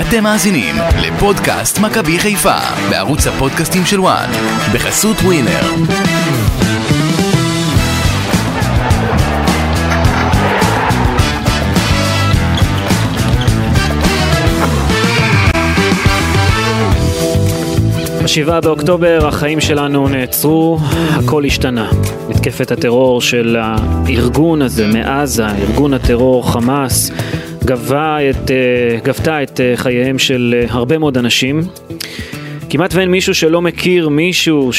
אתם מאזינים לפודקאסט מכבי חיפה בערוץ הפודקאסטים של וואן בחסות ווינר. ב7 באוקטובר החיים שלנו נעצרו, הכל השתנה. מתקפת הטרור של הארגון הזה מעזה, ארגון הטרור חמאס, גבתה את חייהם של הרבה מאוד אנשים. כמעט ואין מישהו שלא מכיר מישהו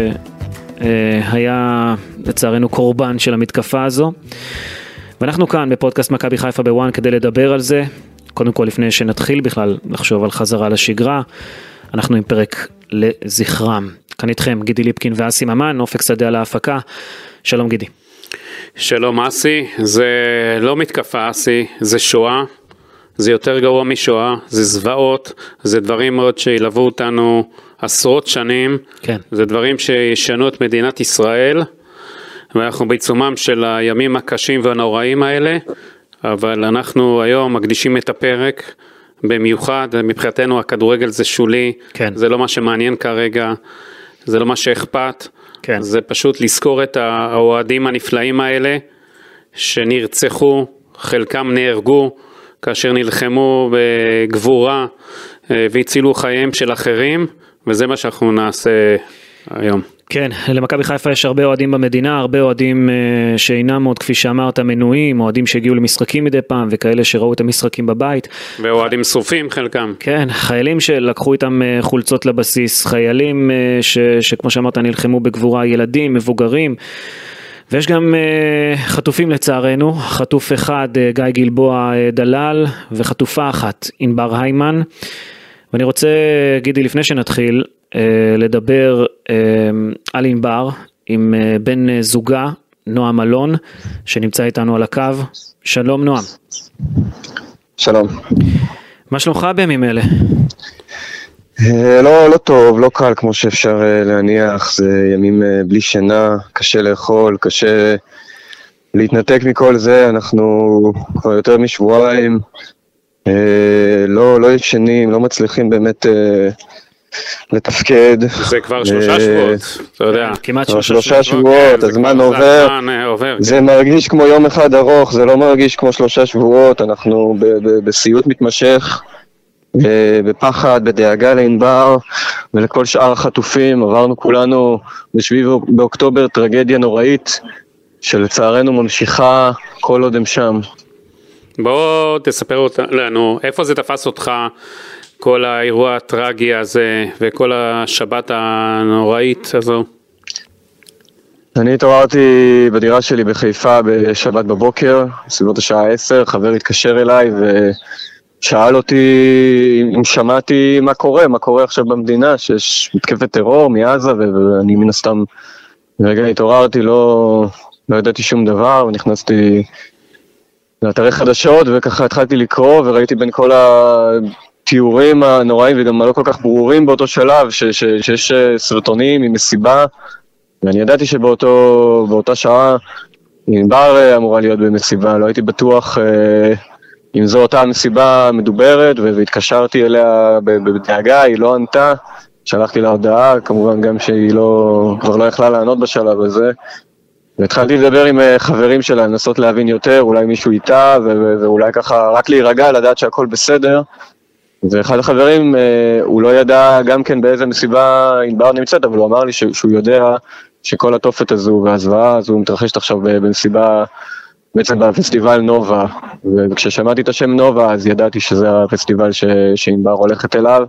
שהיה לצערנו קורבן של המתקפה הזו. ואנחנו כאן בפודקאסט מכבי חיפה בוואן כדי לדבר על זה. קודם כל לפני שנתחיל בכלל לחשוב על חזרה לשגרה, אנחנו עם פרק לזכרם. כאן איתכם גידי ליפקין ואסי ממן, אופק שדה על ההפקה. שלום גידי. שלום אסי, זה לא מתקפה אסי, זה שואה, זה יותר גרוע משואה, זה זוועות, זה דברים מאוד שילוו אותנו עשרות שנים, כן. זה דברים שישנו את מדינת ישראל, ואנחנו בעיצומם של הימים הקשים והנוראים האלה, אבל אנחנו היום מקדישים את הפרק, במיוחד, מבחינתנו הכדורגל זה שולי, כן. זה לא מה שמעניין כרגע, זה לא מה שאכפת, כן. זה פשוט לזכור את האוהדים הנפלאים האלה, שנרצחו, חלקם נהרגו, כאשר נלחמו בגבורה, והצילו חייהם של אחרים, וזה מה שאנחנו נעשה היום. כן, למכבי חיפה יש הרבה אוהדים במדינה, הרבה אוהדים שאינם עוד, כפי שאמרת, מנויים, אוהדים שהגיעו למשחקים מדי פעם, וכאלה שראו את המשחקים בבית. ואוהדים שרופים חלקם. כן, חיילים שלקחו איתם חולצות לבסיס, חיילים שכמו שאמרת נלחמו בגבורה, ילדים, מבוגרים, ויש גם חטופים לצערנו, חטוף אחד גיא גלבוע דלל, וחטופה אחת ענבר היימן, ואני רוצה, גידי, לפני שנתחיל, לדבר על ענבר עם בן זוגה נועם אלון שנמצא איתנו על הקו. שלום נועם. שלום. מה שלומך בימים אלה? לא טוב, לא קל כמו שאפשר להניח, זה ימים בלי שינה, קשה לאכול, קשה להתנתק מכל זה, אנחנו כבר יותר משבועיים לא ישנים, לא מצליחים באמת לתפקד. זה כבר 3 שבועות, אתה יודע. כמעט 3 שבועות, הזמן עובר. זה מרגיש כמו יום אחד ארוך, זה לא מרגיש כמו 3 שבועות, אנחנו בסיוט מתמשך, בפחד, בדאגה לענבר, ולכל שאר החטופים. עברנו כולנו ב7 באוקטובר טרגדיה נוראית, שלצערנו ממשיכה כל עוד הם שם. בוא תספר לנו, איפה זה תפס אותך? כל האירוע הטרגי הזה וכל השבת הנוראית הזו? אני התעוררתי בדירה שלי בחיפה בשבת בבוקר, בסביבות השעה 10, חבר התקשר אליי ושאל אותי אם שמעתי מה קורה עכשיו במדינה, שיש מתקפת טרור מעזה, ואני מן הסתם רגע התעוררתי, לא ידעתי שום דבר, ונכנסתי לאתרי חדשות וככה התחלתי לקרוא וראיתי בין כל התיאורים הנוראים וגם לא כל כך ברורים באותו שלב שיש סרטונים עם מסיבה, ואני ידעתי שבאותה שעה ענבר אמורה להיות במסיבה, לא הייתי בטוח אם זו אותה מסיבה מדוברת, והתקשרתי אליה בדאגה, היא לא ענתה, שלחתי לה הודעה, כמובן גם שהיא כבר לא יכלה לענות בשלב הזה, והתחלתי לדבר עם חברים שלה, לנסות להבין יותר, אולי מישהו איתה, ואולי ככה רק להירגע, לדעת שהכל בסדר. ואחד החברים, הוא לא ידע גם כן באיזה מסיבה ענבר נמצאת, אבל הוא אמר לי שהוא יודע שכל התופת הזו והזוועה הזו מתרחשת עכשיו במסיבה, בעצם בפסטיבל נובה. וכששמעתי את השם נובה, אז ידעתי שזה הפסטיבל שענבר הולכת אליו,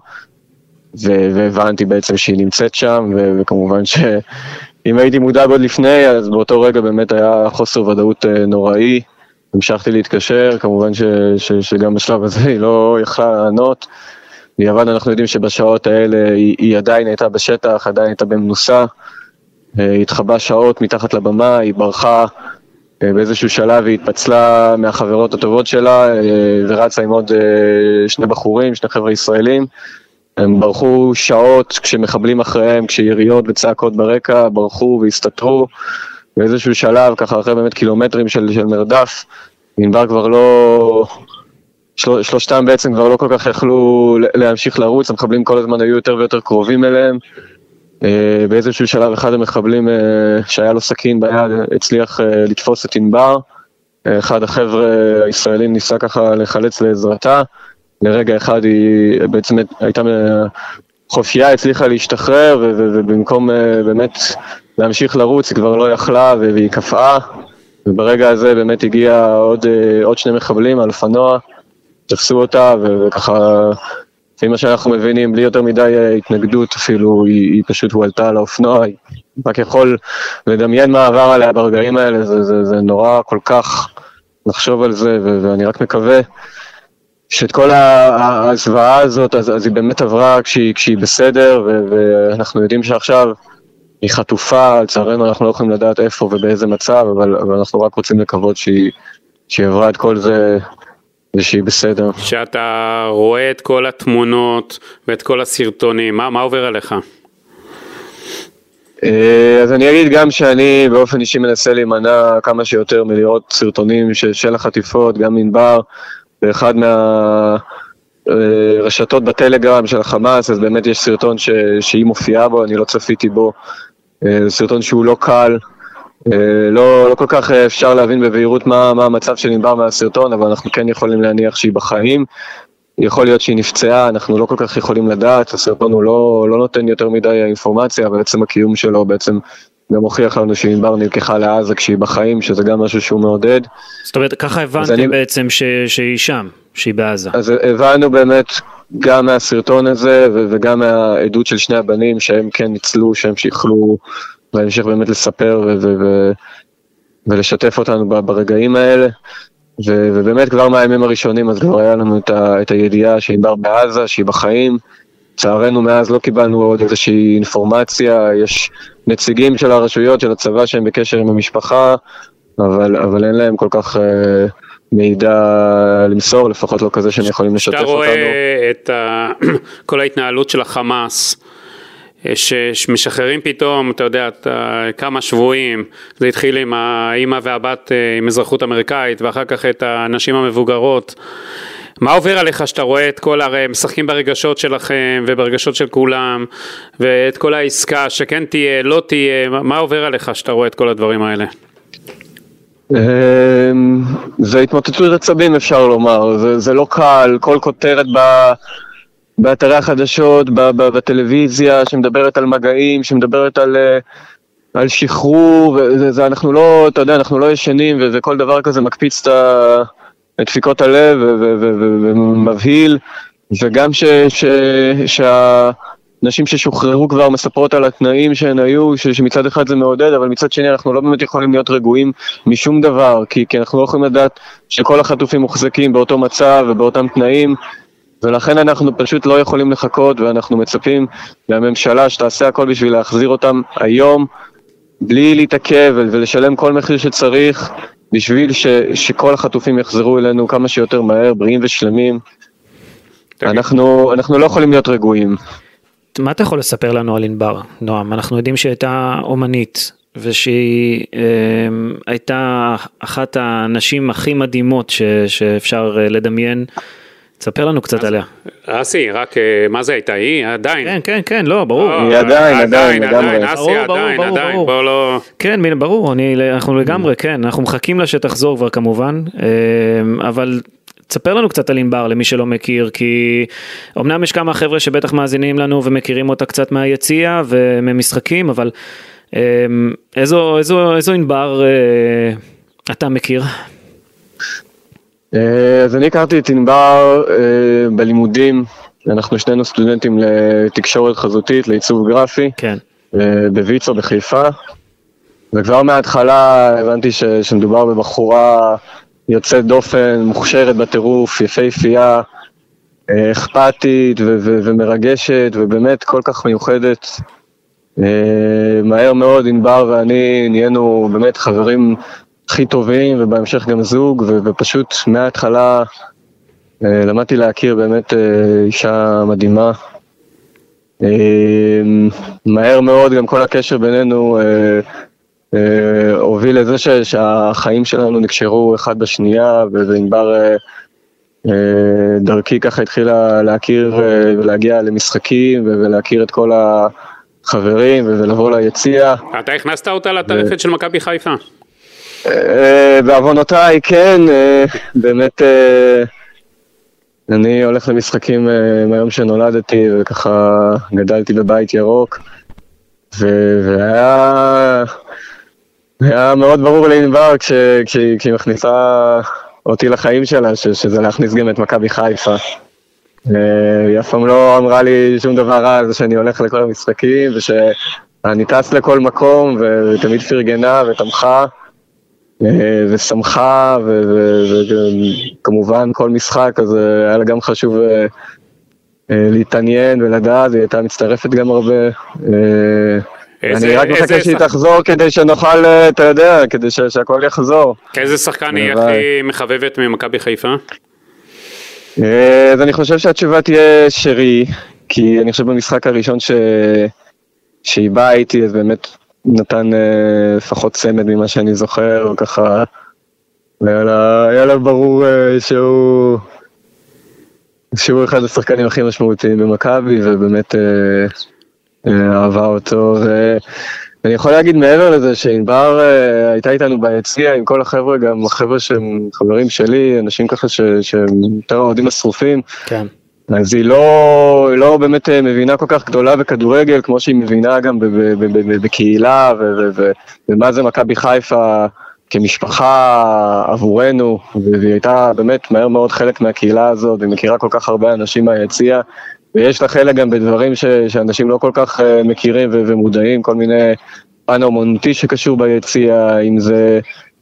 והבנתי בעצם שהיא נמצאת שם, וכמובן אם הייתי מודאג עוד לפני, אז באותו רגע באמת היה חוסר ודאות נוראי, המשכתי להתקשר, כמובן שגם בשלב הזה היא לא יכלה לענות, בדיעבד אנחנו יודעים שבשעות האלה היא עדיין הייתה בשטח, עדיין הייתה במנוסה, היא התחבאה שעות מתחת לבמה, היא ברחה באיזשהו שלב, היא התפצלה מהחברות הטובות שלה, ורצה עם עוד 2 בחורים, 2 חבר'ה ישראלים, הם ברחו שעות כשמחבלים אחריהם, כשיריות וצעקות ברקע, ברחו והסתתרו, באיזשהו שלב, ככה אחרי באמת קילומטרים של מרדף, ענבר כבר לא שלושתם בעצם כבר לא כל כך יכלו להמשיך לרוץ, המחבלים כל הזמן היו יותר ויותר קרובים אליהם. באיזשהו שלב אחד המחבלים שהיה לו סכין ביד הצליח לתפוס את ענבר, אחד החבר'ה הישראלים ניסה ככה לחלץ לעזרתה, לרגע אחד היא בעצם הייתה חופשייה, הצליחה להשתחרר, ובמקום באמת להמשיך לרוץ היא כבר לא יכלה והיא קפאה, וברגע הזה באמת הגיע עוד שני מחבלים על אופנוע, תפסו אותה וככה, לפי מה שאנחנו מבינים, בלי יותר מדי התנגדות אפילו, היא פשוט הועלתה על האופנוע, רק יכול לדמיין מה עבר עליה ברגעים האלה, זה נורא כל כך לחשוב על זה, ואני רק מקווה שאת כל הזוועה הזאת, אז היא באמת עברה כשהיא בסדר, ואנחנו יודעים שעכשיו היא חטופה, לצערנו אנחנו לא יכולים לדעת איפה ובאיזה מצב, אבל אנחנו רק רוצים לקוות שהיא עברה את כל זה, ושהיא בסדר. שאתה רואה את כל התמונות ואת כל הסרטונים, מה עובר עליך? אז אני אגיד גם שאני באופן אישי מנסה להימנע כמה שיותר מלראות סרטונים של החטיפות, גם ענבר, באחד מהרשתות בטלגרם של החמאס, אז באמת יש סרטון שהיא מופיעה בו, אני לא צפיתי בו, סרטון שהוא לא קל, לא כל כך אפשר להבין בבהירות מה המצב של ענבר מהסרטון, אבל אנחנו כן יכולים להניח שהיא בחיים, יכול להיות שהיא נפצעה, אנחנו לא כל כך יכולים לדעת, הסרטון הוא לא נותן יותר מדי אינפורמציה, אבל בעצם הקיום שלו בעצם גם הוכיח לנו שענבר נלקחה לעזה כשהיא בחיים, שזה גם משהו שהוא מעודד. זאת אומרת, ככה הבנתם בעצם שהיא שם, שהיא בעזה. אז הבנו באמת גם מהסרטון הזה, וגם מהעדות של שני הבנים, שהם כן ניצלו, שהם שיכלו בהמשך באמת לספר ולשתף אותנו ברגעים האלה. ובאמת כבר מהימים הראשונים, אז כבר היה לנו את הידיעה שענבר בעזה, שהיא בחיים. צערנו מאז לא קיבלנו עוד איזושהי אינפורמציה, יש נציגים של הרשויות, של הצבא שהם בקשר עם המשפחה, אבל אין להם כל כך מידע למסור, לפחות לא כזה שהם יכולים לשתף אותנו. אתה רואה את כל ההתנהלות של החמאס, שמשחררים פתאום, אתה יודע, כמה שבועים, זה התחיל עם האמא והבת עם אזרחות אמריקאית, ואחר כך את הנשים המבוגרות. מה עובר עליך שאתה רואה את כל, הרי משחקים ברגשות שלכם וברגשות של כולם, ואת כל העסקה שכן תהיה, לא תהיה, מה עובר עליך שאתה רואה את כל הדברים האלה? זה התמוטטות עצבים אפשר לומר, זה לא קל, כל כותרת באתרי החדשות, בטלוויזיה, שמדברת על מגעים, שמדברת על שחרור, אנחנו לא, אתה יודע, אנחנו לא ישנים, וכל דבר כזה מקפיץ את דפיקות הלב ומבהיל, וגם שהנשים ששוחררו כבר מספרות על התנאים שהן היו, שמצד אחד זה מעודד, אבל מצד שני אנחנו לא באמת יכולים להיות רגועים משום דבר, כי אנחנו לא יכולים לדעת שכל החטופים מוחזקים באותו מצב ובאותם תנאים, ולכן אנחנו פשוט לא יכולים לחכות, ואנחנו מצפים מהממשלה שתעשה הכל בשביל להחזיר אותם היום, בלי להתעכב ולשלם כל מחיר שצריך, בשביל שכל החטופים יחזרו אלינו כמה שיותר מהר, בריאים ושלמים. אנחנו לא יכולים להיות רגועים. מה אתה יכול לספר לנו על ענבר, נועם? אנחנו יודעים שהייתה אומנית, ושהיא הייתה אחת הנשים הכי מדהימות שאפשר לדמיין. תספר לנו קצת עליה. אסי, רק מה זה הייתה? היא עדיין. כן, לא, ברור. היא עדיין, אסי עדיין, בוא לא... כן, ברור, אנחנו לגמרי, כן, אנחנו מחכים לה שתחזור כבר כמובן, אבל תספר לנו קצת על ענבר למי שלא מכיר, כי אמנם יש כמה חבר'ה שבטח מאזינים לנו ומכירים אותה קצת מהיציאה וממשחקים, אבל איזו ענבר אתה מכיר? אז אני הכרתי את ענבר בלימודים, אנחנו שנינו סטודנטים לתקשורת חזותית, לעיצוב גרפי, כן. בויצו בחיפה, וכבר מההתחלה הבנתי שמדובר בבחורה יוצאת דופן, מוכשרת בטירוף, יפהפייה, אכפתית ומרגשת, ובאמת כל כך מיוחדת. מהר מאוד ענבר ואני נהיינו באמת חברים הכי טובים, ובהמשך גם זוג, ופשוט מההתחלה למדתי להכיר באמת אישה מדהימה. מהר מאוד גם כל הקשר בינינו הוביל לזה שהחיים שלנו נקשרו אחד בשנייה, וענבר דרכי ככה התחילה להכיר ולהגיע למשחקים ולהכיר את כל החברים ולבוא ליציע. אתה הכנסת אותה לטרפת של מכבי חיפה? בעוונותיי כן, באמת אני הולך למשחקים מהיום שנולדתי וככה גדלתי בבית ירוק, והיה מאוד ברור לענבר כשהיא מכניסה אותי לחיים שלה, שזה להכניס גם את מכבי חיפה. היא אף פעם לא אמרה לי שום דבר רע על זה שאני הולך לכל המשחקים ושאני טס לכל מקום, ותמיד פרגנה ותמכה ושמחה, וכמובן כל משחק, אז היה לה גם חשוב להתעניין ולדעת, היא הייתה מצטרפת גם הרבה. אני רק מחכה שהיא תחזור כדי שנוכל, אתה יודע, כדי שהכל יחזור. איזה שחקן היא הכי מחבבת ממכבי חיפה? אז אני חושב שהתשובה תהיה שרי, כי אני חושב במשחק הראשון שהיא באה איתי, אז באמת נתן לפחות צמד ממה שאני זוכר, וככה היה לה ברור שהוא אחד השחקנים הכי משמעותיים במכבי, ובאמת אהבה אותו. ואני יכול להגיד מעבר לזה שענבר הייתה איתנו ביציע עם כל החבר'ה, גם החבר'ה שהם חברים שלי, אנשים ככה שהם יותר אוהדים השרופים. כן. אז היא לא באמת מבינה כל כך גדולה בכדורגל, כמו שהיא מבינה גם בקהילה, ומה זה מכבי חיפה כמשפחה עבורנו, והיא הייתה באמת מהר מאוד חלק מהקהילה הזאת, והיא מכירה כל כך הרבה אנשים מהיציע, ויש לה חלק גם בדברים שאנשים לא כל כך מכירים ומודעים, כל מיני פן אומנותי שקשור ביציע, אם זה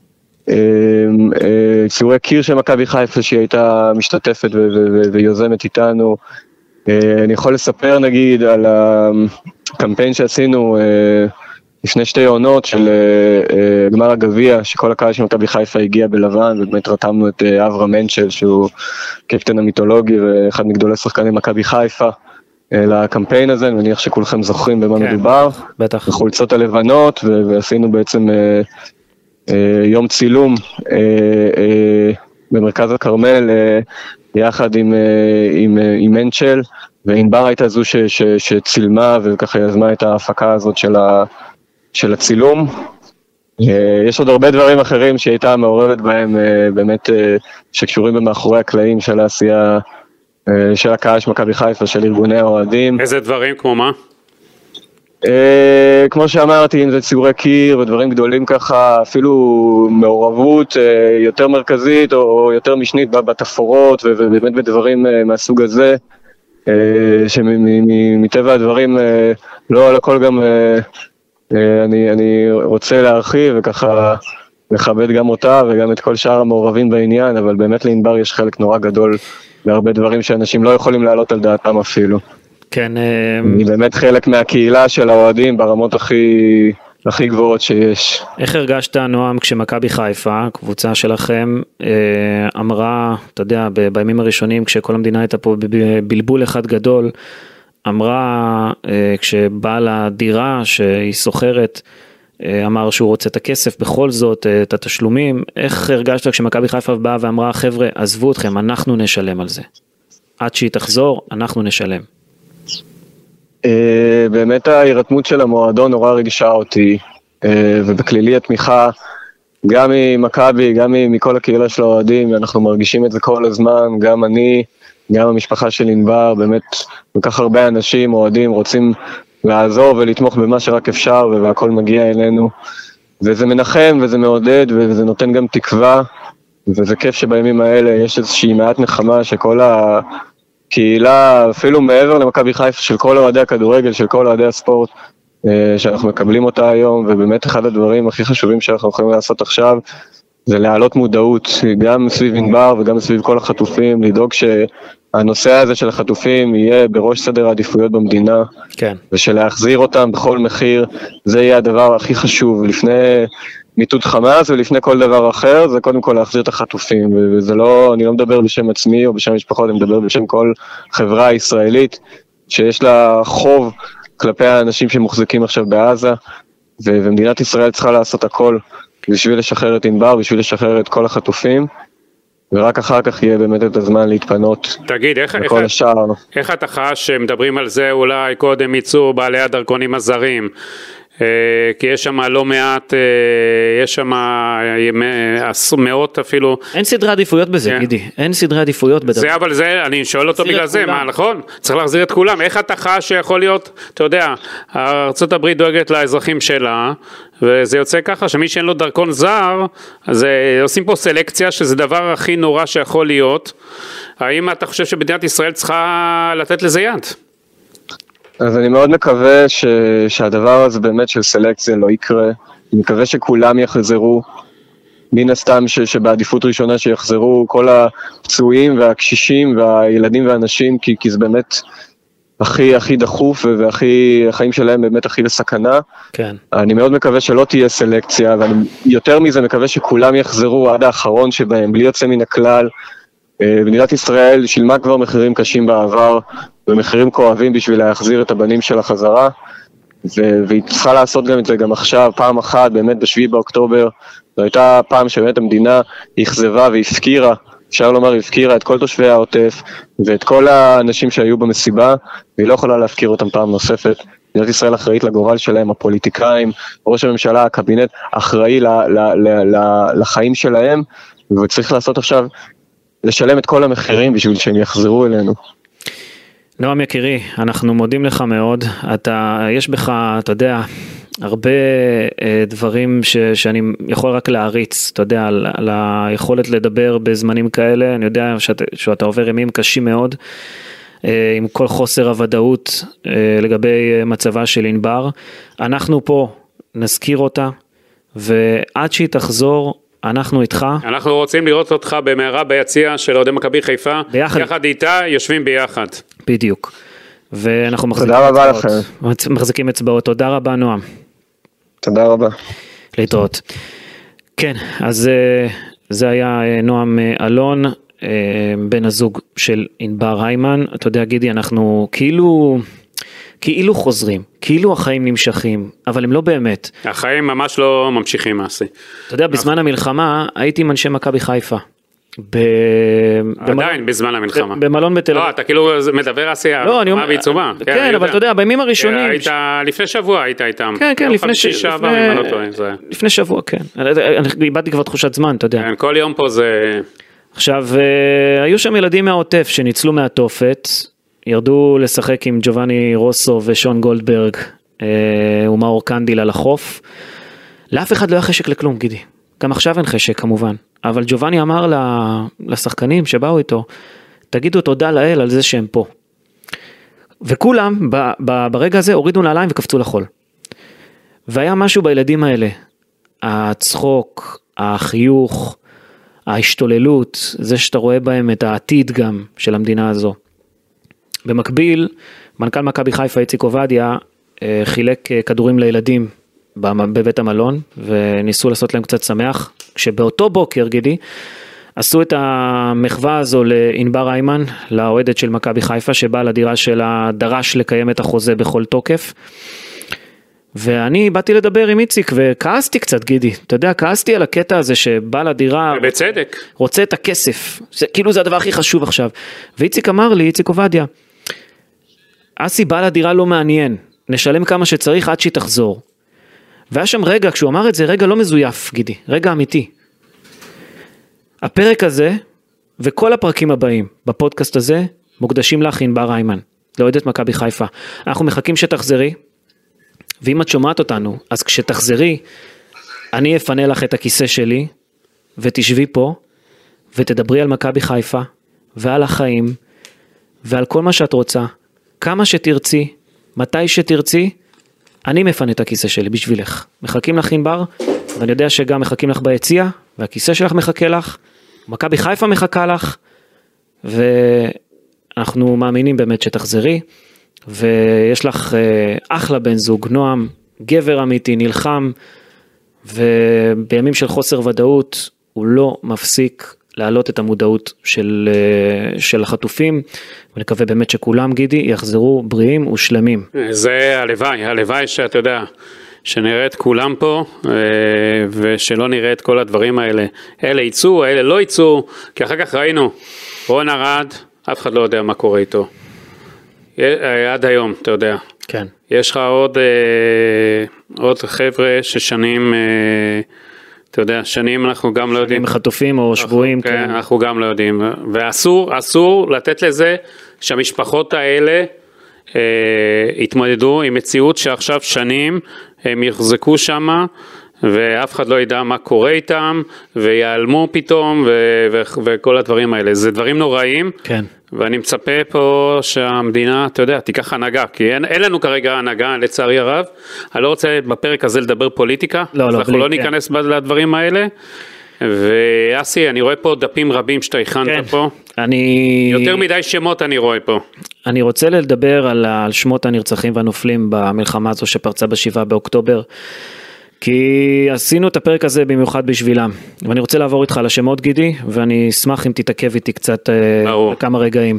ציורי קיר של מכבי חיפה שהיא הייתה משתתפת ויוזמת איתנו. אני יכול לספר נגיד על הקמפיין שעשינו לפני 2 עונות של גמר הגביע, שכל הקהל של מכבי חיפה הגיע בלבן, ובאמת רתמנו את אברהם מנצ'ל שהוא קפטן המיתולוגי ואחד מגדולי שחקני מכבי חיפה לקמפיין הזה. אני מניח שכולכם זוכרים במה מדובר. בטח. בחולצות הלבנות, ועשינו בעצם יום צילום במרכז הכרמל יחד עם מנצ'ל, וענבר הייתה זו שצילמה וככה יזמה את ההפקה הזאת של הצילום. יש עוד הרבה דברים אחרים שהיא הייתה מעורבת בהם, באמת שקשורים במאחורי הקלעים של העשייה של הקהל של מכבי חיפה, של ארגוני האוהדים. איזה דברים, כמו מה? כמו שאמרתי, אם זה ציורי קיר ודברים גדולים ככה, אפילו מעורבות יותר מרכזית או יותר משנית בתפורות, ובאמת בדברים מהסוג הזה, שמטבע הדברים לא על הכל גם אני רוצה להרחיב וככה לכבד גם אותה וגם את כל שאר המעורבים בעניין, אבל באמת לענבר יש חלק נורא גדול בהרבה דברים שאנשים לא יכולים לעלות על דעתם אפילו. כן. היא באמת חלק מהקהילה של האוהדים ברמות הכי גבוהות שיש. איך הרגשת, נועם, כשמכבי חיפה, קבוצה שלכם, אמרה, אתה יודע, בימים הראשונים, כשכל המדינה הייתה פה בבלבול אחד גדול, אמרה, כשבעל הדירה שהיא סוחרת, אמר שהוא רוצה את הכסף, בכל זאת, את התשלומים, איך הרגשת כשמכבי חיפה באה ואמרה, חבר'ה, עזבו אתכם, אנחנו נשלם על זה. עד שהיא תחזור, אנחנו נשלם. באמת ההירתמות של המועדון נורא רגשה אותי, ובכלילי התמיכה, גם ממכבי, גם מכל הקהילה של האוהדים, אנחנו מרגישים את זה כל הזמן, גם אני, גם המשפחה של ענבר, באמת וכך הרבה אנשים, אוהדים, רוצים לעזור ולתמוך במה שרק אפשר, והכל מגיע אלינו, וזה מנחם וזה מעודד וזה נותן גם תקווה, וזה כיף שבימים האלה יש איזושהי מעט נחמה שכל הקהילה, אפילו מעבר למכבי חיפה, של כל אוהדי הכדורגל, של כל אוהדי הספורט, שאנחנו מקבלים אותה היום, ובאמת אחד הדברים הכי חשובים שאנחנו יכולים לעשות עכשיו, זה להעלות מודעות, גם סביב ענבר וגם סביב כל החטופים, לדאוג שהנושא הזה של החטופים יהיה בראש סדר העדיפויות במדינה, כן. ושלהחזיר אותם בכל מחיר, זה יהיה הדבר הכי חשוב, לפני מיטוט חמאס ולפני כל דבר אחר, זה קודם כל להחזיר את החטופים, וזה לא, אני לא מדבר בשם עצמי או בשם משפחות, אני מדבר בשם כל חברה ישראלית, שיש לה חוב כלפי האנשים שמוחזקים עכשיו בעזה, ומדינת ישראל צריכה לעשות הכל, בשביל לשחרר את ענבר, בשביל לשחרר את כל החטופים, ורק אחר כך יהיה באמת את הזמן להתפנות. תגיד, לכל השאר. איך אתה חש שמדברים על זה אולי קודם ייצאו בעלי הדרכונים הזרים? כי יש שם לא מעט, יש שם מאות אפילו. אין סדרי עדיפויות בזה, גידי, אין סדרי עדיפויות בדבר. זה, אבל זה, אני שואל אותו בגלל זה, מה, נכון? צריך להחזיר את כולם. איך אתה חש שיכול להיות, אתה יודע, ארצות הברית דואגת לאזרחים שלה, וזה יוצא ככה שמי שאין לו דרכון זר, אז עושים פה סלקציה, שזה דבר הכי נורא שיכול להיות. האם אתה חושב שמדינת ישראל צריכה לתת לזה יד? אז אני מאוד מקווה שהדבר הזה באמת של סלקציה לא יקרה. אני מקווה שכולם יחזרו, מן הסתם שבעדיפות ראשונה שיחזרו כל הפצועים והקשישים והילדים והאנשים, כי זה באמת הכי דחוף, והחיים שלהם באמת הכי בסכנה. כן. אני מאוד מקווה שלא תהיה סלקציה, ואני יותר מזה מקווה שכולם יחזרו עד האחרון שבהם, בלי יוצא מן הכלל. מדינת ישראל שילמה כבר מחירים קשים בעבר, ומחירים כואבים בשביל להחזיר את הבנים שלה חזרה, והיא צריכה לעשות גם את זה גם עכשיו, פעם אחת, באמת ב7 באוקטובר, זו הייתה פעם שבאמת המדינה הכזבה והפקירה, אפשר לומר הפקירה את כל תושבי העוטף, ואת כל האנשים שהיו במסיבה, והיא לא יכולה להפקיר אותם פעם נוספת. מדינת ישראל אחראית לגורל שלהם, הפוליטיקאים, ראש הממשלה, הקבינט, אחראי לחיים שלהם, וצריך לעשות עכשיו, לשלם את כל המחירים בשביל שהם יחזרו אלינו. נועם יקירי, אנחנו מודים לך מאוד, יש בך, אתה יודע, הרבה דברים שאני יכול רק להריץ, אתה יודע, על היכולת לדבר בזמנים כאלה, אני יודע שאתה עובר ימים קשים מאוד, עם כל חוסר הוודאות לגבי מצבה של ענבר, אנחנו פה נזכיר אותה, ועד שהיא תחזור, אנחנו איתך. אנחנו רוצים לראות אותך במהרה ביציע של אוהדי מכבי חיפה, יחד איתה, יושבים ביחד. בדיוק. ואנחנו מחזיקים אצבעות. תודה רבה נועם. תודה רבה. להתראות. כן, אז זה היה נועם אלון, בן הזוג של ענבר היימן. אתה יודע גידי, אנחנו כאילו חוזרים, כאילו החיים נמשכים, אבל הם לא באמת. החיים ממש לא ממשיכים מעשי. אתה יודע, בזמן המלחמה הייתי עם אנשי מכבי חיפה. עדיין בזמן המלחמה. במלון בתל אביב. לא, אתה כאילו מדבר עשייה, מה בעיצומה. כן, אבל אתה יודע, בימים הראשונים. לפני שבוע היית איתם. כן, לפני שבוע, כן. איבדתי כבר תחושת זמן, אתה יודע. כל יום פה זה... עכשיו, היו שם ילדים מהעוטף שניצלו מהתופת, ירדו לשחק עם ג'ובאני רוסו ושון גולדברג ומאור קנדיל על החוף. לאף אחד לא היה חשק לכלום, גידי. גם עכשיו אין חשק כמובן. אבל ג'ובאני אמר לשחקנים שבאו איתו, תגידו תודה לאל על זה שהם פה. וכולם ברגע הזה הורידו נעליים וקפצו לחול. והיה משהו בילדים האלה, הצחוק, החיוך, ההשתוללות, זה שאתה רואה בהם את העתיד גם של המדינה הזו. במקביל, מנכ"ל מכבי חיפה איציק עובדיה חילק כדורים לילדים בבית המלון, וניסו לעשות להם קצת שמח, כשבאותו בוקר, גידי, עשו את המחווה הזו לענבר היימן, לאוהדת של מכבי חיפה, שבאה לדירה שלה, דרש לקיים את החוזה בכל תוקף, ואני באתי לדבר עם איציק, וכעסתי קצת, גידי, אתה יודע, כעסתי על הקטע הזה, שבא לדירה, בצדק, רוצה את הכסף, כאילו זה הדבר הכי חשוב עכשיו, ואיציק אמר לי, איציק עובדיה, אסי בא לדירה לא מעניין, נשלם כמה שצריך עד שהיא תחזור, והיה שם רגע, כשהוא אמר את זה, רגע לא מזויף, גידי, רגע אמיתי. הפרק הזה, וכל הפרקים הבאים בפודקאסט הזה, מוקדשים לך ענבר היימן, לאוהדת מכבי חיפה. אנחנו מחכים שתחזרי, ואם את שומעת אותנו, אז כשתחזרי, אני אפנה לך את הכיסא שלי, ותשבי פה, ותדברי על מכבי חיפה, ועל החיים, ועל כל מה שאת רוצה, כמה שתרצי, מתי שתרצי, אני מפנה את הכיסא שלי בשבילך. מחכים לך ענבר, ואני יודע שגם מחכים לך ביציע, והכיסא שלך מחכה לך, מכבי חיפה מחכה לך, ואנחנו מאמינים באמת שתחזרי, ויש לך אחלה בן זוג, נועם, גבר אמיתי, נלחם, ובימים של חוסר ודאות, הוא לא מפסיק להעלות את המודעות של החטופים, ונקווה באמת שכולם, גידי, יחזרו בריאים ושלמים. זה הלוואי שאתה יודע, שנראה את כולם פה, ושלא נראה את כל הדברים האלה. אלה יצאו, אלה לא יצאו, כי אחר כך ראינו, רון ארד, אף אחד לא יודע מה קורה איתו. עד היום, אתה יודע. כן. יש לך עוד חבר'ה ששנים, אתה יודע, שנים אנחנו גם לא יודעים. חטופים או שבויים. כן, אנחנו גם לא יודעים. ואסור לתת לזה שהמשפחות האלה התמודדו עם מציאות שעכשיו שנים הם יחזקו שמה, ואף אחד לא ידע מה קורה איתם, ויעלמו פתאום, וכל הדברים האלה. זה דברים נוראים. כן. ואני מצפה פה שהמדינה, אתה יודע, תיקח הנהגה, כי אין לנו כרגע הנהגה, לצערי הרב. אני לא רוצה בפרק הזה לדבר פוליטיקה, אז אנחנו לא ניכנס לדברים האלה. ואסי, אני רואה פה דפים רבים שאתה הכנת פה. יותר מדי שמות אני רואה פה. אני רוצה לדבר על שמות הנרצחים והנופלים במלחמה הזו שפרצה ב7 באוקטובר. כי עשינו את הפרק הזה במיוחד בשבילם, ואני רוצה לעבור איתך על השמות גידי, ואני אשמח אם תתעכב איתי קצת כמה רגעים.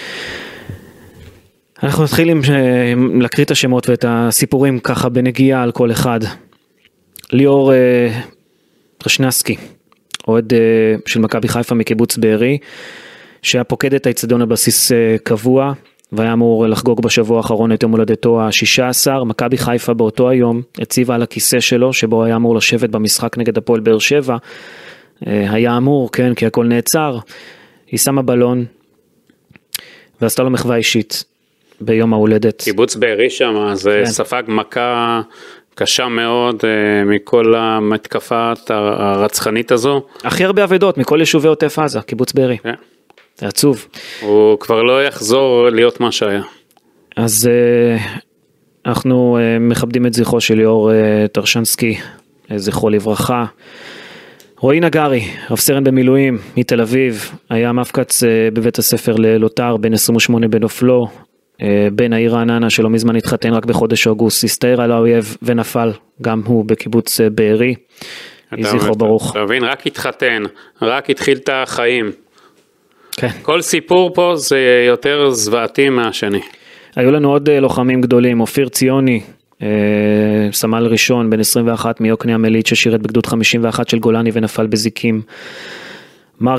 אנחנו נתחיל להקריא את השמות ואת הסיפורים ככה בנגיעה על כל אחד. ליאור רשנסקי, אוהד של מכבי חיפה מקיבוץ בארי, שהיה פוקד את האצטדיון הבסיס קבוע, והיה אמור לחגוג בשבוע האחרון את יום הולדתו ה-16, מכבי חיפה באותו היום הציבה על הכיסא שלו, שבו היה אמור לשבת במשחק נגד הפועל באר שבע, היה אמור, כן, כי הכל נעצר, היא שמה בלון, ועשתה לו מחווה אישית ביום ההולדת. קיבוץ בארי שם, זה כן. ספג מכה קשה מאוד מכל המתקפת הרצחנית הזו. הכי הרבה עבדות מכל יישובי עוטף עזה, קיבוץ בארי. כן. זה עצוב. הוא כבר לא יחזור להיות מה שהיה. אז אנחנו מכבדים את זכרו של ליאור טרשנסקי, זכרו לברכה. רועי נגרי, רב סרן במילואים מתל אביב, היה מפקץ בבית הספר ללוטר, בן 28 בנופלו, בן העיר רעננה שלא מזמן התחתן רק בחודש אוגוסט, הסתער על האויב ונפל, גם הוא בקיבוץ בארי. זכרו ברוך. אתה מבין, רק התחתן, רק התחיל את החיים. כן. כל סיפור פה זה יותר זוועתי מהשני. היו לנו עוד לוחמים גדולים, אופיר ציוני, סמל ראשון, בן 21 מיוקנעם עילית ששירת בגדוד 51 של גולני ונפל בזיקים. מרק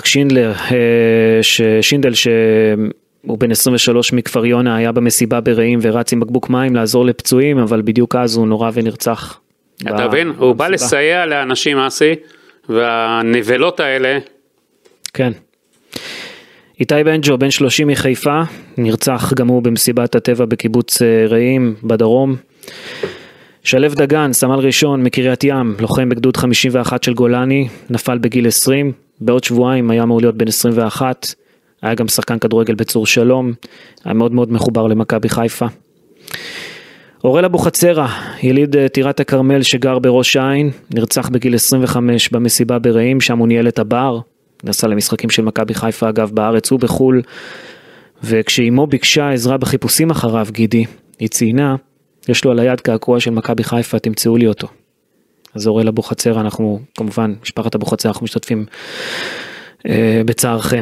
שינדל שהוא בן 23 מכפר יונה, היה במסיבה ברעים ורץ עם בקבוק מים לעזור לפצועים, אבל בדיוק אז הוא נורא ונרצח. אתה מבין? הוא בא לסייע לאנשים אסי, והנבלות האלה. כן. איתי בנג'ו, בן 30 מחיפה, נרצח גם הוא במסיבת הטבע בקיבוץ רעים בדרום. שלב דגן, סמל ראשון מקריית ים, לוחם בגדוד 51 של גולני, נפל בגיל 20, בעוד שבועיים היה אמור להיות בן 21, היה גם שחקן כדורגל בצור שלום, היה מאוד מאוד מחובר למכבי חיפה. אורל אבוחצירא, יליד טירת הכרמל שגר בראש העין, נרצח בגיל 25 במסיבה ברעים, שם הוא ניהל את הבר, נסע למשחקים של מכבי חיפה אגב בארץ ובחול, וכשאימו ביקשה עזרה בחיפושים אחריו גידי, היא ציינה, יש לו על היד קעקוע של מכבי חיפה, תמצאו לי אותו. אז אורל אבוחצירא, אנחנו כמובן, משפחת אבוחצירא, אנחנו משתתפים בצערכם.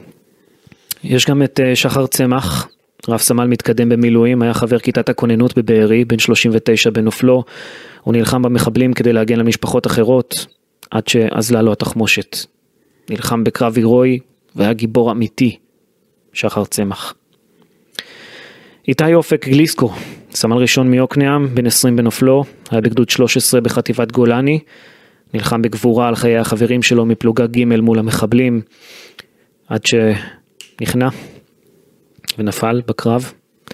יש גם את שחר צמח, רב סמל מתקדם במילואים, היה חבר כיתת הכוננות בבארי, בן 39 בנופלו, הוא נלחם במחבלים כדי להגן על משפחות אחרות, עד שעזלה לו התחמושת. נלחם בקרב הירואי, והיה גיבור אמיתי, שחר צמח. איתי אופק גליסקו, סמל ראשון מיוקנעם, בן 20 בנופלו, היה בגדוד 13 בחטיבת גולני, נלחם בגבורה על חיי החברים שלו מפלוגה ג' מול המחבלים, עד שנכנע ונפל בקרב.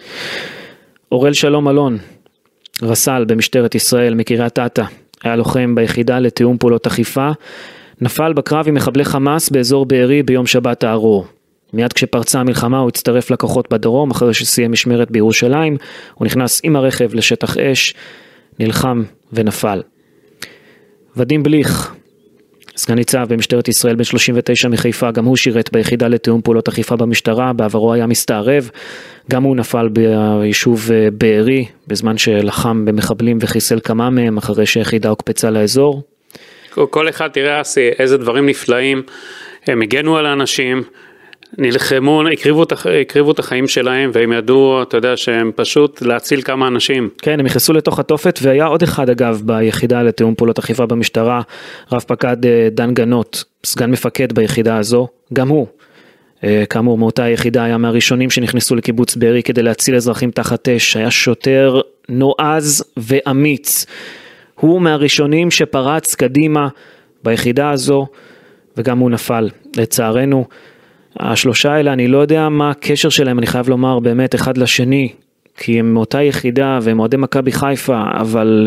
אורל שלום אלון, רס"ל במשטרת ישראל מקריית אתא, היה לוחם ביחידה לתיאום פעולות אכיפה, נפל בקרב עם מחבלי חמאס באזור בארי ביום שבת הארור. מיד כשפרצה המלחמה הוא הצטרף לכוחות בדרום, אחרי שסיים משמרת בירושלים, הוא נכנס עם הרכב לשטח אש, נלחם ונפל. ודים בליך, סגן ניצב במשטרת ישראל בן 39 מחיפה, גם הוא שירת ביחידה לתיאום פעולות אכיפה במשטרה, בעברו היה מסתערב, גם הוא נפל ביישוב בארי, בזמן שלחם במחבלים וחיסל כמה מהם, אחרי שהיחידה הוקפצה לאזור. כל אחד תראה איזה דברים נפלאים, הם הגנו על האנשים, נלחמו, הקריבו את החיים שלהם, והם ידעו, אתה יודע, שהם פשוט להציל כמה אנשים. כן, הם נכנסו לתוך התופת, והיה עוד אחד אגב ביחידה לתיאום פעולות אכיפה במשטרה, רב פקד דן גנות, סגן מפקד ביחידה הזו, גם הוא, כאמור מאותה יחידה, היה מהראשונים שנכנסו לקיבוץ בארי כדי להציל אזרחים תחת אש, היה שוטר נועז ואמיץ, הוא מהראשונים שפרץ קדימה ביחידה הזו, וגם הוא נפל, לצערנו. השלושה האלה, אני לא יודע מה הקשר שלהם, אני חייב לומר באמת אחד לשני, כי הם מאותה יחידה והם אוהדי מכבי חיפה, אבל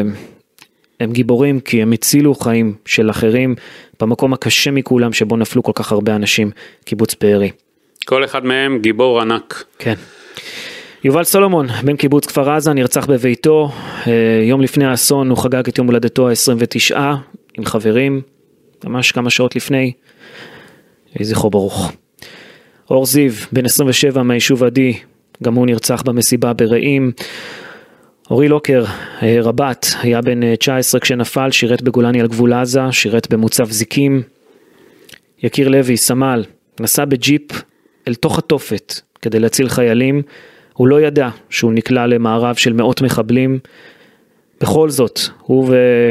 הם גיבורים כי הם הצילו חיים של אחרים, במקום הקשה מכולם שבו נפלו כל כך הרבה אנשים, קיבוץ בארי. כל אחד מהם גיבור ענק. כן. יובל סולומון, בן קיבוץ כפר עזה, נרצח בביתו, יום לפני האסון הוא חגג את יום הולדתו ה-29, עם חברים, ממש כמה שעות לפני, זכרו ברוך. אור זיו, בן 27 מהיישוב עדי, גם הוא נרצח במסיבה ברעים. אורי לוקר, רבת, היה בן 19 כשנפל, שירת בגולני על גבול עזה, שירת במוצב זיקים. יקיר לוי, סמל, נסע בג'יפ אל תוך התופת כדי להציל חיילים, הוא לא ידע שהוא נקלע למערב של מאות מחבלים, בכל זאת, הוא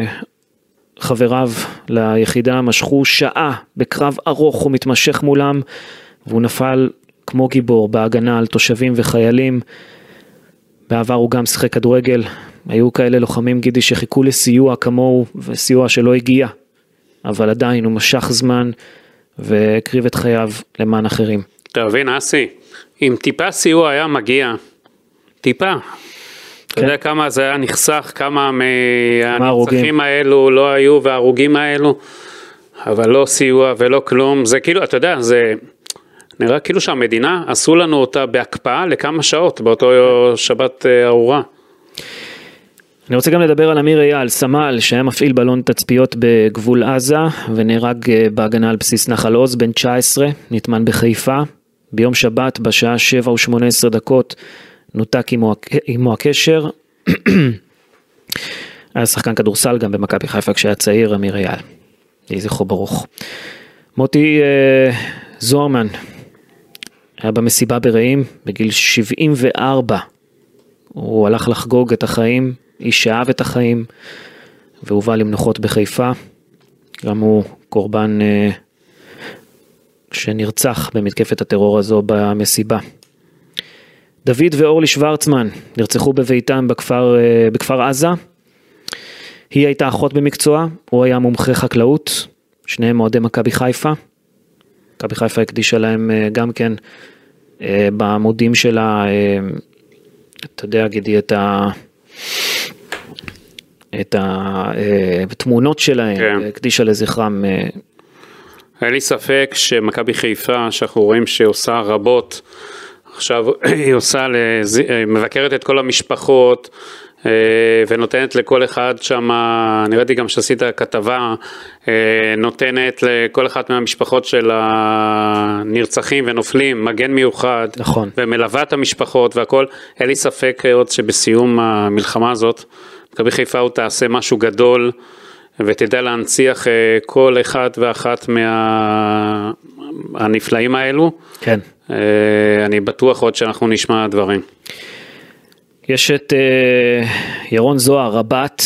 וחבריו ליחידה משכו שעה בקרב ארוך ומתמשך מולם, והוא נפל כמו גיבור בהגנה על תושבים וחיילים. בעבר הוא גם שיחק כדורגל, היו כאלה לוחמים גידי שחיכו לסיוע כמוהו, וסיוע שלא הגיע, אבל עדיין הוא משך זמן והקריב את חייו למען אחרים. תבין אסי, אם טיפה סיוע היה מגיע, טיפה, אתה יודע כמה זה היה נחסך, כמה מהנרצחים האלו לא היו וההרוגים האלו, אבל לא סיוע ולא כלום, זה כאילו, אתה יודע, זה נראה כאילו שהמדינה עשו לנו אותה בהקפאה לכמה שעות, באותו שבת ארורה. אני רוצה גם לדבר על אמיר אייל, סמל שהיה מפעיל בלון תצפיות בגבול עזה, ונהרג בהגנה על בסיס נחל עוז, בן 19, נטמן בחיפה, ביום שבת בשעה 7:18 נותק עמו הקשר, היה שחקן כדורסל גם במכבי חיפה כשהיה צעיר, אמיר אייל, יהי זכרו ברוך. מוטי זוהרמן, היה במסיבה ברעים, בגיל 74, הוא הלך לחגוג את החיים, איש שאהב את החיים, והובא למנוחות בחיפה, גם הוא קורבן שנרצח במתקפת הטרור הזו במסיבה. דוד ואורלי שוורצמן נרצחו בביתם בכפר עזה, היא הייתה אחות במקצוע, הוא היה מומחה חקלאות, שניהם אוהדי מכבי חיפה, מכבי חיפה הקדישה להם גם כן בעמודים שלה, אתה יודע גידי, את התמונות שלהם, כן. הקדישה לזכרם. היה לי ספק שמכבי חיפה, שאנחנו רואים שעושה רבות, עכשיו היא עושה, מבקרת את כל המשפחות, ונותנת לכל אחד שם, אני ראיתי גם שעשית כתבה, נותנת לכל אחת מהמשפחות של הנרצחים ונופלים, מגן מיוחד, נכון. ומלווה את המשפחות והכל. היה לי ספק עוד שבסיום המלחמה הזאת, מכבי חיפה הוא תעשה משהו גדול, ותדע להנציח כל אחד ואחת מהנפלאים האלו. כן. אני בטוח עוד שאנחנו נשמע דברים. יש את ירון זוהר, רבת,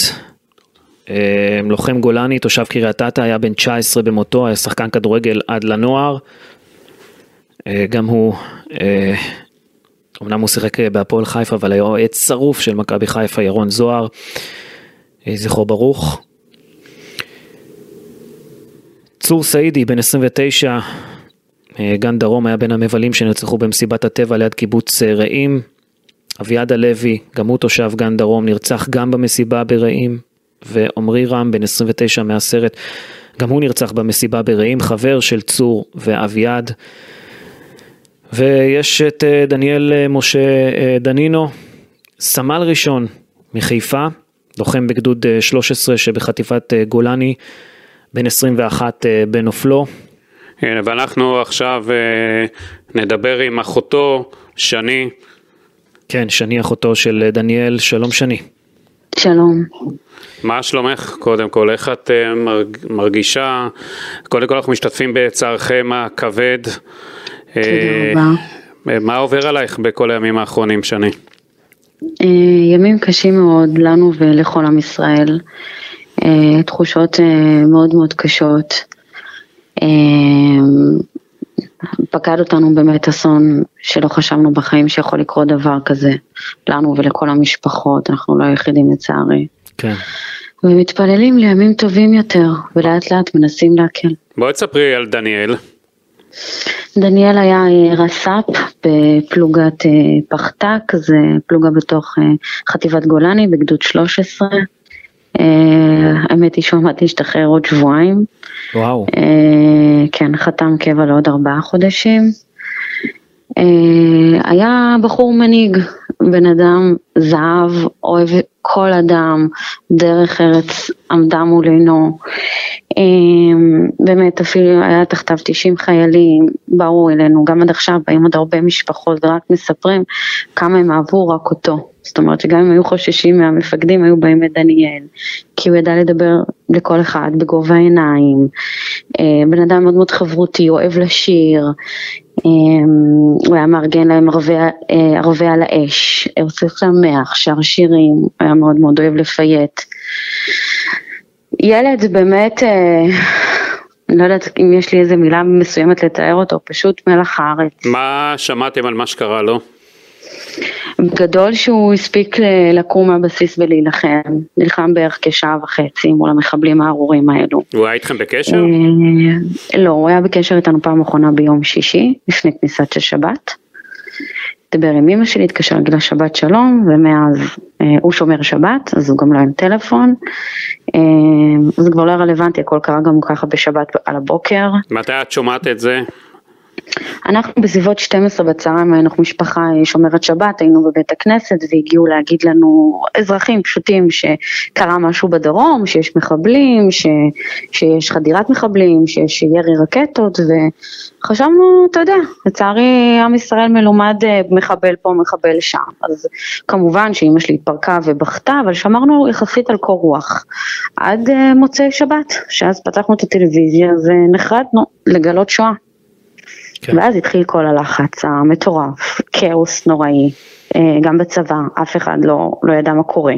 לוחם גולני, תושב קריית אתא, היה בן 19 במותו, היה שחקן כדורגל עד לנוער, גם הוא, אמנם הוא שיחק בהפועל חיפה, אבל היה עץ שרוף של מכבי חיפה, ירון זוהר, זכרו ברוך. צור סעידי, בן 29, גן דרום, היה בין המבלים שנרצחו במסיבת הטבע ליד קיבוץ רעים. אביעד הלוי, גם הוא תושב גן דרום, נרצח גם במסיבה ברעים, ועומרי רם, בן 29 מהסרט, גם הוא נרצח במסיבה ברעים, חבר של צור ואביעד. ויש את דניאל משה דנינו, סמל ראשון מחיפה, לוחם בגדוד 13 שבחטיפת גולני, בן 21 בנופלו. ואנחנו עכשיו נדבר עם אחותו, שני. כן, שני אחותו של דניאל, שלום שני. שלום. מה שלומך קודם כל, איך את מרגישה? קודם כל אנחנו משתתפים בצערכם הכבד, תודה רבה. מה עובר עלייך בכל הימים האחרונים, שני? ימים קשים מאוד לנו ולכל עם ישראל, תחושות מאוד מאוד קשות, פקד אותנו באמת אסון שלא חשבנו בחיים שיכול לקרות דבר כזה, לנו ולכל המשפחות, אנחנו לא היחידים לצערי. כן. ומתפללים לימים טובים יותר, ולאט לאט מנסים להקל. בואי תספרי על דניאל. דניאל היה רס"פ בפלוגת פחתק, זה פלוגה בתוך חטיבת גולני בגדוד 13. האמת היא שעומד להשתחרר עוד שבועיים. וואו. כן, חתם קבע לעוד 4 חודשים. היה בחור מנהיג, בן אדם זהב, אוהב כל אדם, דרך ארץ עמדה מולנו, באמת אפילו היה תחתיו 90 חיילים, באו אלינו, גם עד עכשיו באים עוד הרבה משפחות ורק מספרים כמה הם אהבו רק אותו, זאת אומרת שגם אם היו חוששים מהמפקדים היו באים את דניאל, כי הוא ידע לדבר לכל אחד בגובה העיניים, בן אדם מאוד מאוד חברותי, אוהב לשיר, הוא היה מארגן להם ערבי על האש, הוא צריך שמח, שר שירים, הוא היה מאוד מאוד אוהב לפייט. ילד באמת, לא יודעת אם יש לי איזה מילה מסוימת לתאר אותו, פשוט מלח הארץ. מה שמעתם על מה שקרה לו? בגדול שהוא הספיק לקום מהבסיס ולהילחם, נלחם בערך כשעה וחצי מול המחבלים הארורים האלו. הוא היה איתכם בקשר? לא, הוא היה בקשר איתנו פעם אחרונה ביום שישי, לפני כניסת של שבת. דבר עם אמא שלי, התקשר להגיד לה שבת שלום, ומאז הוא שומר שבת, אז הוא גם לא עם טלפון, זה כבר לא רלוונטי, הכל קרה גם ככה בשבת על הבוקר. מתי את שומעת את זה? אנחנו בסביבות 12 בצהריים, אנחנו משפחה שומרת שבת, היינו בבית הכנסת והגיעו להגיד לנו אזרחים פשוטים שקרה משהו בדרום, שיש מחבלים, שיש חדירת מחבלים, שיש ירי רקטות, וחשבנו, אתה יודע, לצערי עם ישראל מלומד מחבל פה, מחבל שם, אז כמובן שאמא שלי התפרקה ובכתה, אבל שמרנו יחסית על קור רוח, עד מוצאי שבת, שאז פתחנו את הטלוויזיה ונחרדנו לגלות שואה. כן. ואז התחיל כל הלחץ המטורף, כאוס נוראי, גם בצבא, אף אחד לא ידע מה קורה.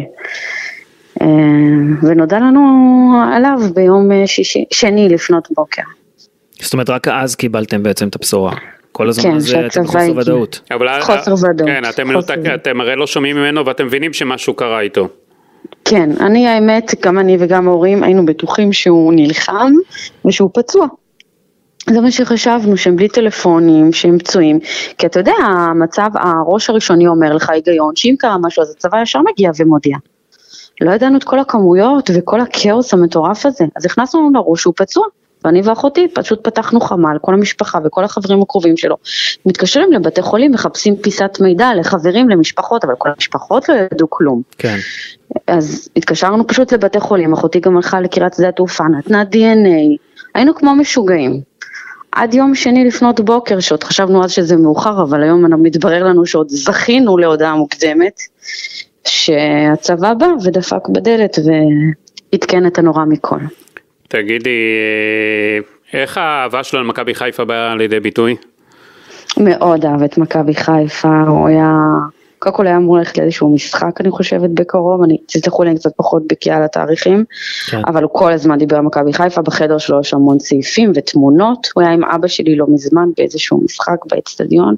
ונודע לנו עליו ביום שני לפנות בוקר. זאת אומרת, רק אז קיבלתם בעצם את הבשורה. כל הזמן כן, הזה אתם חוסר ודאות. חוסר ודאות. כן, אתם הרי לא שומעים ממנו ואתם מבינים שמשהו קרה איתו. כן, האמת, גם אני וגם ההורים היינו בטוחים שהוא נלחם ושהוא פצוע. זה מה שחשבנו, שהם בלי טלפונים, שהם פצועים, כי אתה יודע, המצב, הראש הראשוני אומר לך היגיון, שאם קרה משהו, אז הצבא ישר מגיע ומודיע. לא ידענו את כל הכמויות וכל הכאוס המטורף הזה, אז הכנסנו לנו לראש שהוא פצוע, ואני ואחותי פשוט פתחנו חמ"ל, כל המשפחה וכל החברים הקרובים שלו, מתקשרים לבתי חולים, מחפשים פיסת מידע לחברים, למשפחות, אבל כל המשפחות לא ידעו כלום. כן. אז התקשרנו פשוט לבתי חולים, אחותי גם הלכה לקריית שדה התעופה, נתנה DNA, היינו כמו משוגעים. עד יום שני לפנות בוקר, שעוד חשבנו אז שזה מאוחר, אבל היום מתברר לנו שעוד זכינו להודעה מוקדמת, שהצבא בא ודפק בדלת והתקן את הנורא מכל. תגידי, איך האהבה שלו למכבי חיפה באה לידי ביטוי? מאוד אהב את מכבי חיפה, הוא היה... קודם כל היה אמור ללכת לאיזשהו משחק, אני חושבת, בקרוב, תצטרכו להם קצת פחות בקיאה לתאריכים, כן. אבל הוא כל הזמן דיבר על מכבי חיפה, בחדר שלו יש המון סעיפים ותמונות, הוא היה עם אבא שלי לא מזמן, באיזשהו משחק באצטדיון.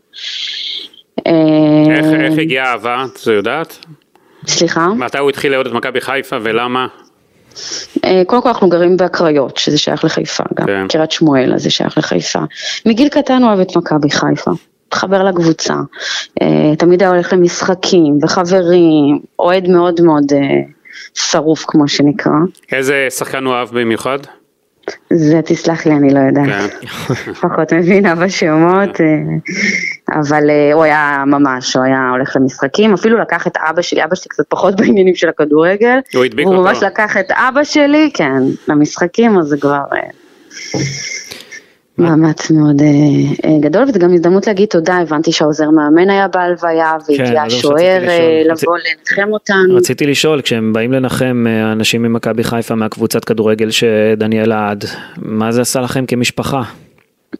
איך הגיעה האהבה, את יודעת? סליחה? מתי הוא התחיל לאהוד את מכבי חיפה ולמה? קודם כל אנחנו גרים בקריות, שזה שייך לחיפה, גם כן. קריית שמואל, זה שייך לחיפה. מגיל קטן הוא אוהב את מכבי חיפה. חבר לקבוצה, תמיד היה הולך למשחקים וחברים, אוהד מאוד מאוד שרוף כמו שנקרא. איזה שחקן הוא אהב במיוחד? זה תסלח לי, אני לא יודעת. פחות מבינה בשמות, אבל הוא היה ממש, הוא היה הולך למשחקים, אפילו לקח את אבא שלי קצת פחות בעניינים של הכדורגל, הוא ממש לקח את אבא שלי, כן, למשחקים, אז זה כבר... מאמץ מאוד גדול, וזה גם הזדמנות להגיד תודה, הבנתי שהעוזר מאמן היה בהלוויה, והגיע השוער לבוא לנחם אותנו. רציתי לשאול, כשהם באים לנחם אנשים ממכבי חיפה, מהקבוצת כדורגל שדניאל עד, מה זה עשה לכם כמשפחה?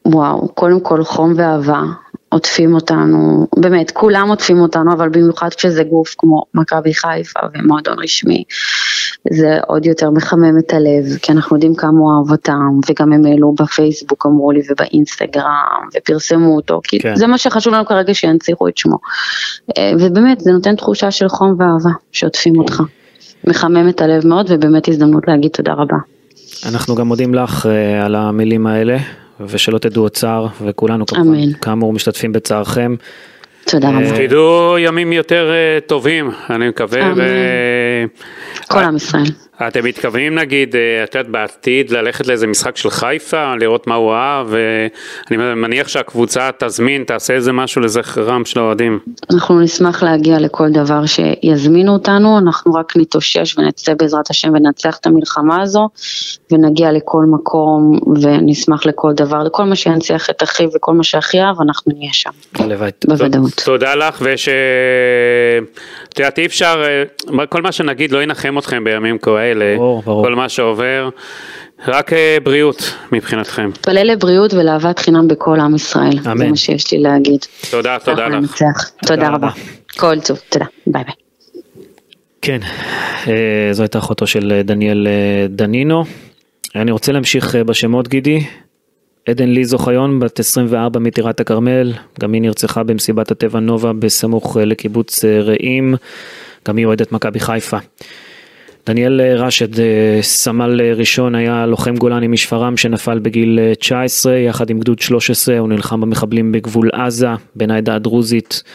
וואו, קודם כל חום ואהבה, עוטפים אותנו, באמת, כולם עוטפים אותנו, אבל במיוחד כשזה גוף כמו מכבי חיפה ומועדון רשמי, זה עוד יותר מחמם את הלב, כי אנחנו יודעים כמה הוא אוהב אותם, וגם הם העלו בפייסבוק, אמרו לי, ובאינסטגרם, ופרסמו אותו, כי כן. זה מה שחשוב לנו כרגע שינציחו את שמו, ובאמת, זה נותן תחושה של חום ואהבה, שעוטפים אותך, מחמם את הלב מאוד, ובאמת הזדמנות להגיד תודה רבה. אנחנו גם מודים לך על המילים האלה, ושלא תדעו צער, וכולנו כאמור משתתפים בצערכם. תודה רבה. תדעו ימים יותר טובים, אני מקווה. כל עם ישראל. אתם מתכוונים נגיד, את יודעת בעתיד ללכת לאיזה משחק של חיפה, לראות מה הוא אהב, ואני מניח שהקבוצה תזמין, תעשה איזה משהו לזכרם של האוהדים. אנחנו נשמח להגיע לכל דבר שיזמינו אותנו, אנחנו רק נתאושש ונצא בעזרת השם ונצח את המלחמה הזו, ונגיע לכל מקום ונשמח לכל דבר, לכל מה שינציח את אחיו וכל מה שאחי אהב, אנחנו נהיה שם. בוודאות. תודה לך, תדעת, אי אפשר, כל מה שנגיד לא ינחם אתכם בימים כאלה, כל מה שעובר, רק בריאות מבחינתכם. תפלל לבריאות ולאהבת חינם בכל עם ישראל, זה מה שיש לי להגיד. תודה לך. תודה רבה. כל טוב, תודה, ביי ביי. כן, זו הייתה אחותו של דניאל דנינו. אני רוצה להמשיך בשמות גידי. עדן ליזו חיון, בת 24 מטירת הכרמל, גם היא נרצחה במסיבת הטבע נובה בסמוך לקיבוץ רעים, גם היא אוהדת מכבי חיפה. דניאל רשד, סמל ראשון, היה לוחם גולני משפרעם שנפל בגיל 19, יחד עם גדוד 13, הוא נלחם במחבלים בגבול עזה, בין העדה הדרוזית.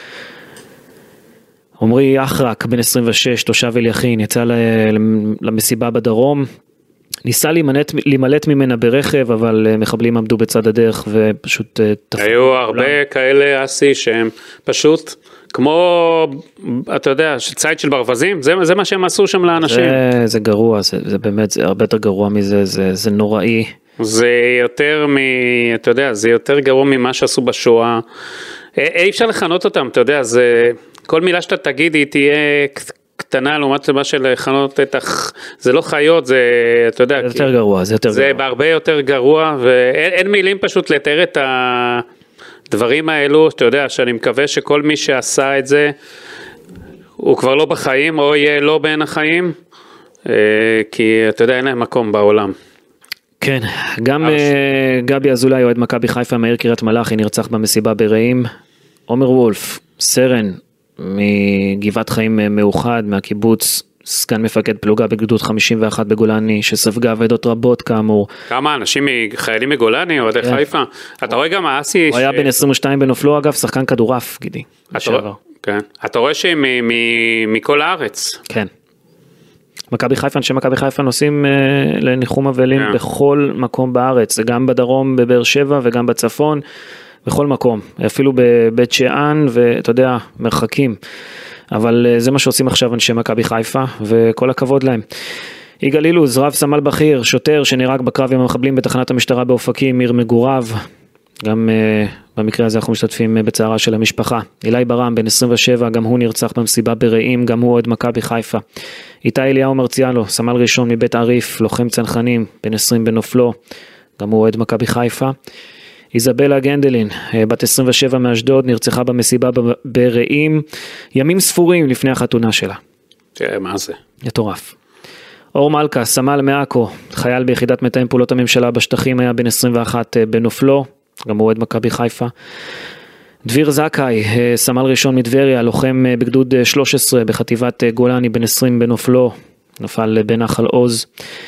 עמרי אחרק, בן 26, תושב אליכין, יצא למסיבה בדרום, ניסה להימלט ממנה ברכב, אבל מחבלים עמדו בצד הדרך ופשוט תפרו. היו הרבה כאלה אסי שהם פשוט כמו, אתה יודע, ציד של ברווזים, זה מה שהם עשו שם לאנשים. זה גרוע, זה באמת, זה הרבה יותר גרוע מזה, זה נוראי. זה יותר אתה יודע, זה יותר גרוע ממה שעשו בשואה. אי אפשר לכנות אותם, אתה יודע, כל מילה שאתה תגיד היא תהיה קטנה לעומת מה של לכנות זה לא חיות, זה, אתה יודע, זה יותר גרוע, זה בהרבה יותר גרוע, ואין מילים פשוט לתאר את הדברים האלו, אתה יודע, שאני מקווה שכל מי שעשה את זה, הוא כבר לא בחיים, או יהיה לא בין החיים, כי אתה יודע, אין להם מקום בעולם. כן, גם גבי אזולאי, אוהד מכבי חיפה, מאיר קריית מלאכי, נרצח במסיבה ברעים. עומר וולף, סרן, מגבעת חיים מאוחד, מהקיבוץ, סגן מפקד פלוגה בגדוד 51 בגולני, שספגה עבודות רבות כאמור. כמה אנשים, חיילים מגולני, אוהדי חיפה? אתה רואה גם האסי... הוא היה בן 22 בנופלו, אגב, שחקן כדורף, גידי. אתה רואה שהם מכל הארץ. כן. מכבי חיפה, אנשי מכבי חיפה נוסעים לניחום אבלים בכל מקום בארץ, זה גם בדרום בבאר שבע וגם בצפון, בכל מקום, אפילו בבית שאן, ואתה יודע, מרחקים. אבל זה מה שעושים עכשיו אנשי מכבי חיפה, וכל הכבוד להם. יגאל אילוז, רב סמל בכיר, שוטר שנהרג בקרב עם המחבלים בתחנת המשטרה באופקים, עיר מגוריו. גם במקרה הזה אנחנו משתתפים בצערה של המשפחה. אילי ברם, בן 27, גם הוא נרצח במסיבה ברעים, גם הוא אוהד מכבי חיפה. איתי אליהו מרציאלו, סמל ראשון מבית עריף, לוחם צנחנים, בן 20 בנופלו, גם הוא אוהד מכבי חיפה. איזבלה גנדלין, בת 27 מאשדוד, נרצחה במסיבה ברעים, ימים ספורים לפני החתונה שלה. תראה, מה זה? מטורף. אור מלכה, סמל מעכו, חייל ביחידת מתאם פעולות הממשלה בשטחים, היה בן 21 בנופלו, גם הוא אוהד מכבי חיפה. דביר זכאי, סמל ראשון מדבריה, לוחם בגדוד 13 בחטיבת גולני, בן 20 בנופלו, נפל בנחל עוז.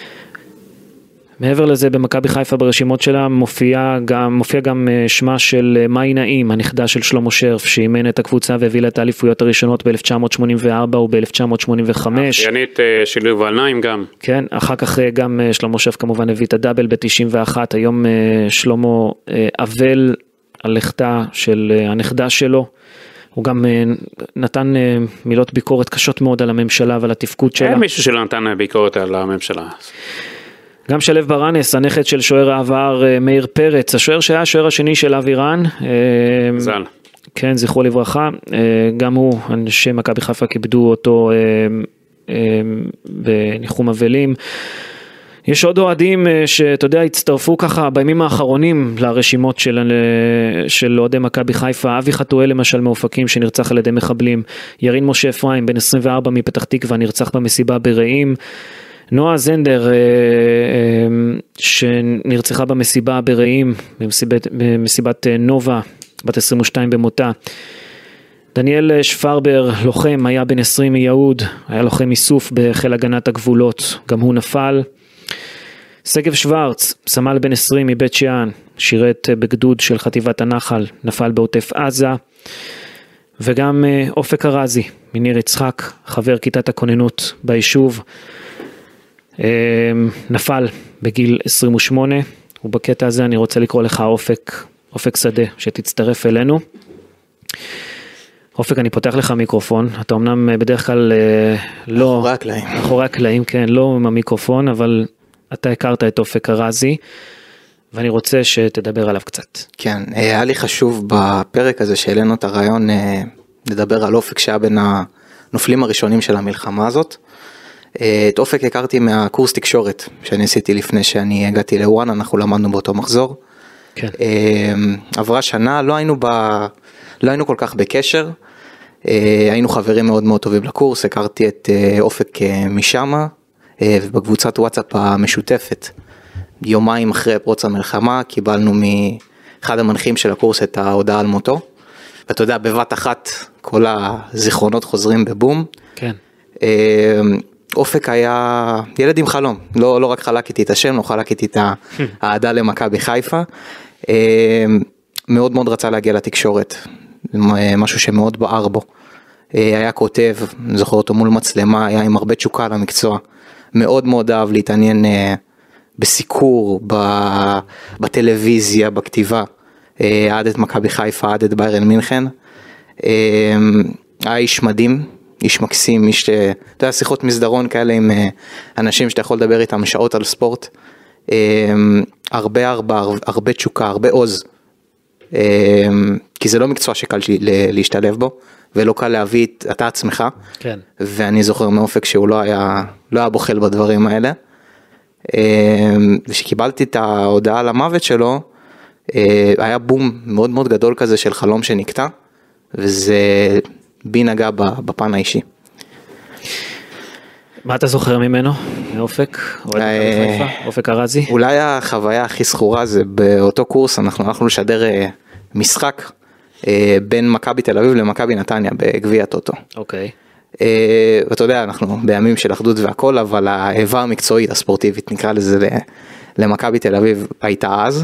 מעבר לזה, במכבי חיפה ברשימות שלה מופיע גם שמה של מאי נעים, הנכדה של שלמה שרף, שאימן את הקבוצה והביא את האליפויות הראשונות ב-1984 וב-1985. חיינית של יובל נעים גם. כן, אחר כך גם שלמה שרף כמובן הביא את הדאבל ב-91, היום שלמה אבל על לכתה של הנכדה שלו, הוא גם נתן מילות ביקורת קשות מאוד על הממשלה ועל התפקוד שלה. אין מישהו שלא נתן ביקורת על הממשלה. גם שלב ברנס, הנכד של שוער העבר מאיר פרץ, השוער שהיה השוער השני של אבירן. זל. כן, זכרו לברכה. גם הוא, אנשי מכבי חיפה כיבדו אותו בניחום אבלים. יש עוד אוהדים שאתה יודע, הצטרפו ככה בימים האחרונים לרשימות של אוהדי מכבי חיפה, אבי חתואל למשל מאופקים שנרצח על ידי מחבלים, ירין משה אפרים בן 24 מפתח תקווה נרצח במסיבה ברעים, נועה זנדר שנרצחה במסיבה ברעים, במסיבת נובה, בת 22 במותה, דניאל שפרבר, לוחם, היה בן 20 מיהוד, היה לוחם איסוף בחיל הגנת הגבולות, גם הוא נפל. סגב שוורץ, סמל בן 20 מבית שאן, שירת בגדוד של חטיבת הנחל, נפל בעוטף עזה. וגם אופק ארזי, מניר יצחק, חבר כיתת הכוננות ביישוב, נפל בגיל 28, ובקטע הזה אני רוצה לקרוא לך אופק שדה, שתצטרף אלינו. אופק, אני פותח לך מיקרופון, אתה אמנם בדרך כלל לא... אחורי הקלעים, כן, לא עם המיקרופון, אבל אתה הכרת את אופק ארזי, ואני רוצה שתדבר עליו קצת. כן, היה לי חשוב בפרק הזה שהעלינו את הרעיון לדבר על אופק שהיה בין הנופלים הראשונים של המלחמה הזאת. את אופק הכרתי מהקורס תקשורת שאני עשיתי לפני שאני הגעתי לוואן, אנחנו למדנו באותו מחזור. כן. עברה שנה, לא היינו כל כך בקשר, היינו חברים מאוד מאוד טובים לקורס, הכרתי את אופק משמה, ובקבוצת וואטסאפ המשותפת, יומיים אחרי פרוץ המלחמה, קיבלנו מאחד המנחים של הקורס את ההודעה על מותו, ואתה יודע, בבת אחת כל הזיכרונות חוזרים בבום. כן. אופק היה ילד עם חלום, לא רק חלק איתי את השם, לא חלק איתי את האהדה למכבי חיפה, מאוד מאוד רצה להגיע לתקשורת, משהו שמאוד בער בו, היה כותב, זוכר אותו מול מצלמה, היה עם הרבה תשוקה למקצוע, מאוד מאוד אהב להתעניין בסיקור, בטלוויזיה, בכתיבה, עד את מכבי חיפה, עד את ביירן מינכן, היה איש מדהים, איש מקסים, איש, אתה יודע, שיחות מסדרון כאלה עם אנשים שאתה יכול לדבר איתם שעות על ספורט, הרבה תשוקה, הרבה עוז, כי זה לא מקצוע שקל להשתלב בו, ולא קל להביא אתה עצמך, כן. ואני זוכר מאופק שהוא לא היה בוחל בדברים האלה, ושקיבלתי את ההודעה על המוות שלו, היה בום מאוד מאוד גדול כזה של חלום שנקטע, וזה בי נגע בפן האישי. מה אתה זוכר ממנו, מאופק? אופק ארזי? אולי החוויה הכי זכורה זה באותו קורס, אנחנו הלכנו לשדר משחק בין מכבי תל אביב למכבי נתניה בגביע טוטו. אוקיי. ואתה יודע, אנחנו בימים של אחדות והכל, אבל האהבה המקצועית, הספורטיבית, נקרא לזה למכבי תל אביב, הייתה אז,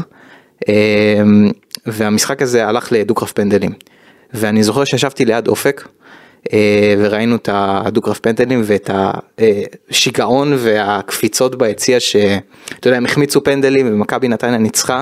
והמשחק הזה הלך לדו-קרב פנדלים, ואני זוכר שישבתי ליד אופק, וראינו את הדו-קרב פנדלים, ואת השיגעון והקפיצות ביציע, שאתה יודע, הם החמיצו פנדלים, ומכבי נתניה ניצחה,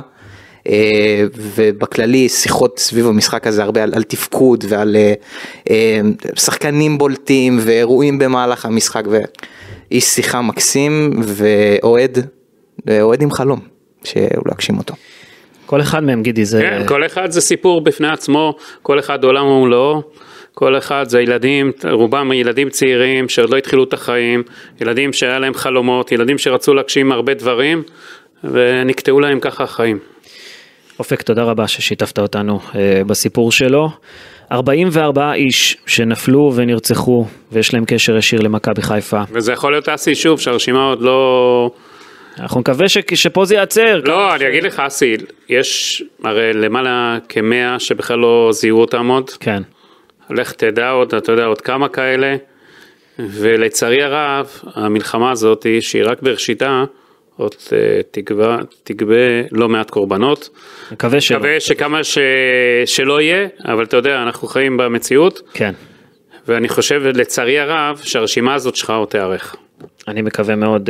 ובכללי שיחות סביב המשחק הזה הרבה על תפקוד ועל שחקנים בולטים ואירועים במהלך המשחק, ואיש שיחה מקסים ואוהד עם חלום שהוא לא יגשים אותו. כל אחד מהם, גידי, זה... כן, כל אחד זה סיפור בפני עצמו, כל אחד עולם ומלואו, כל אחד זה ילדים, רובם ילדים צעירים שעוד לא התחילו את החיים, ילדים שהיה להם חלומות, ילדים שרצו להגשים הרבה דברים, ונקטעו להם ככה החיים. אופק, תודה רבה ששיתפת אותנו בסיפור שלו. 44 איש שנפלו ונרצחו, ויש להם קשר ישיר למכבי חיפה. וזה יכול להיות אסי שוב, שהרשימה עוד לא... אנחנו נקווה שפה זה יעצר. לא, אני אגיד לך אסי, יש הרי למעלה כ100 שבכלל לא זיהו אותם עוד. כן. לך תדע עוד, אתה יודע, עוד כמה כאלה, ולצערי הרב, המלחמה הזאת, שהיא רק בראשיתה, עוד תגבה לא מעט קורבנות. מקווה שלא. מקווה שכמה שלא יהיה, אבל אתה יודע, אנחנו חיים במציאות. כן. ואני חושב, לצערי הרב, שהרשימה הזאת שלך עוד תארך. אני מקווה מאוד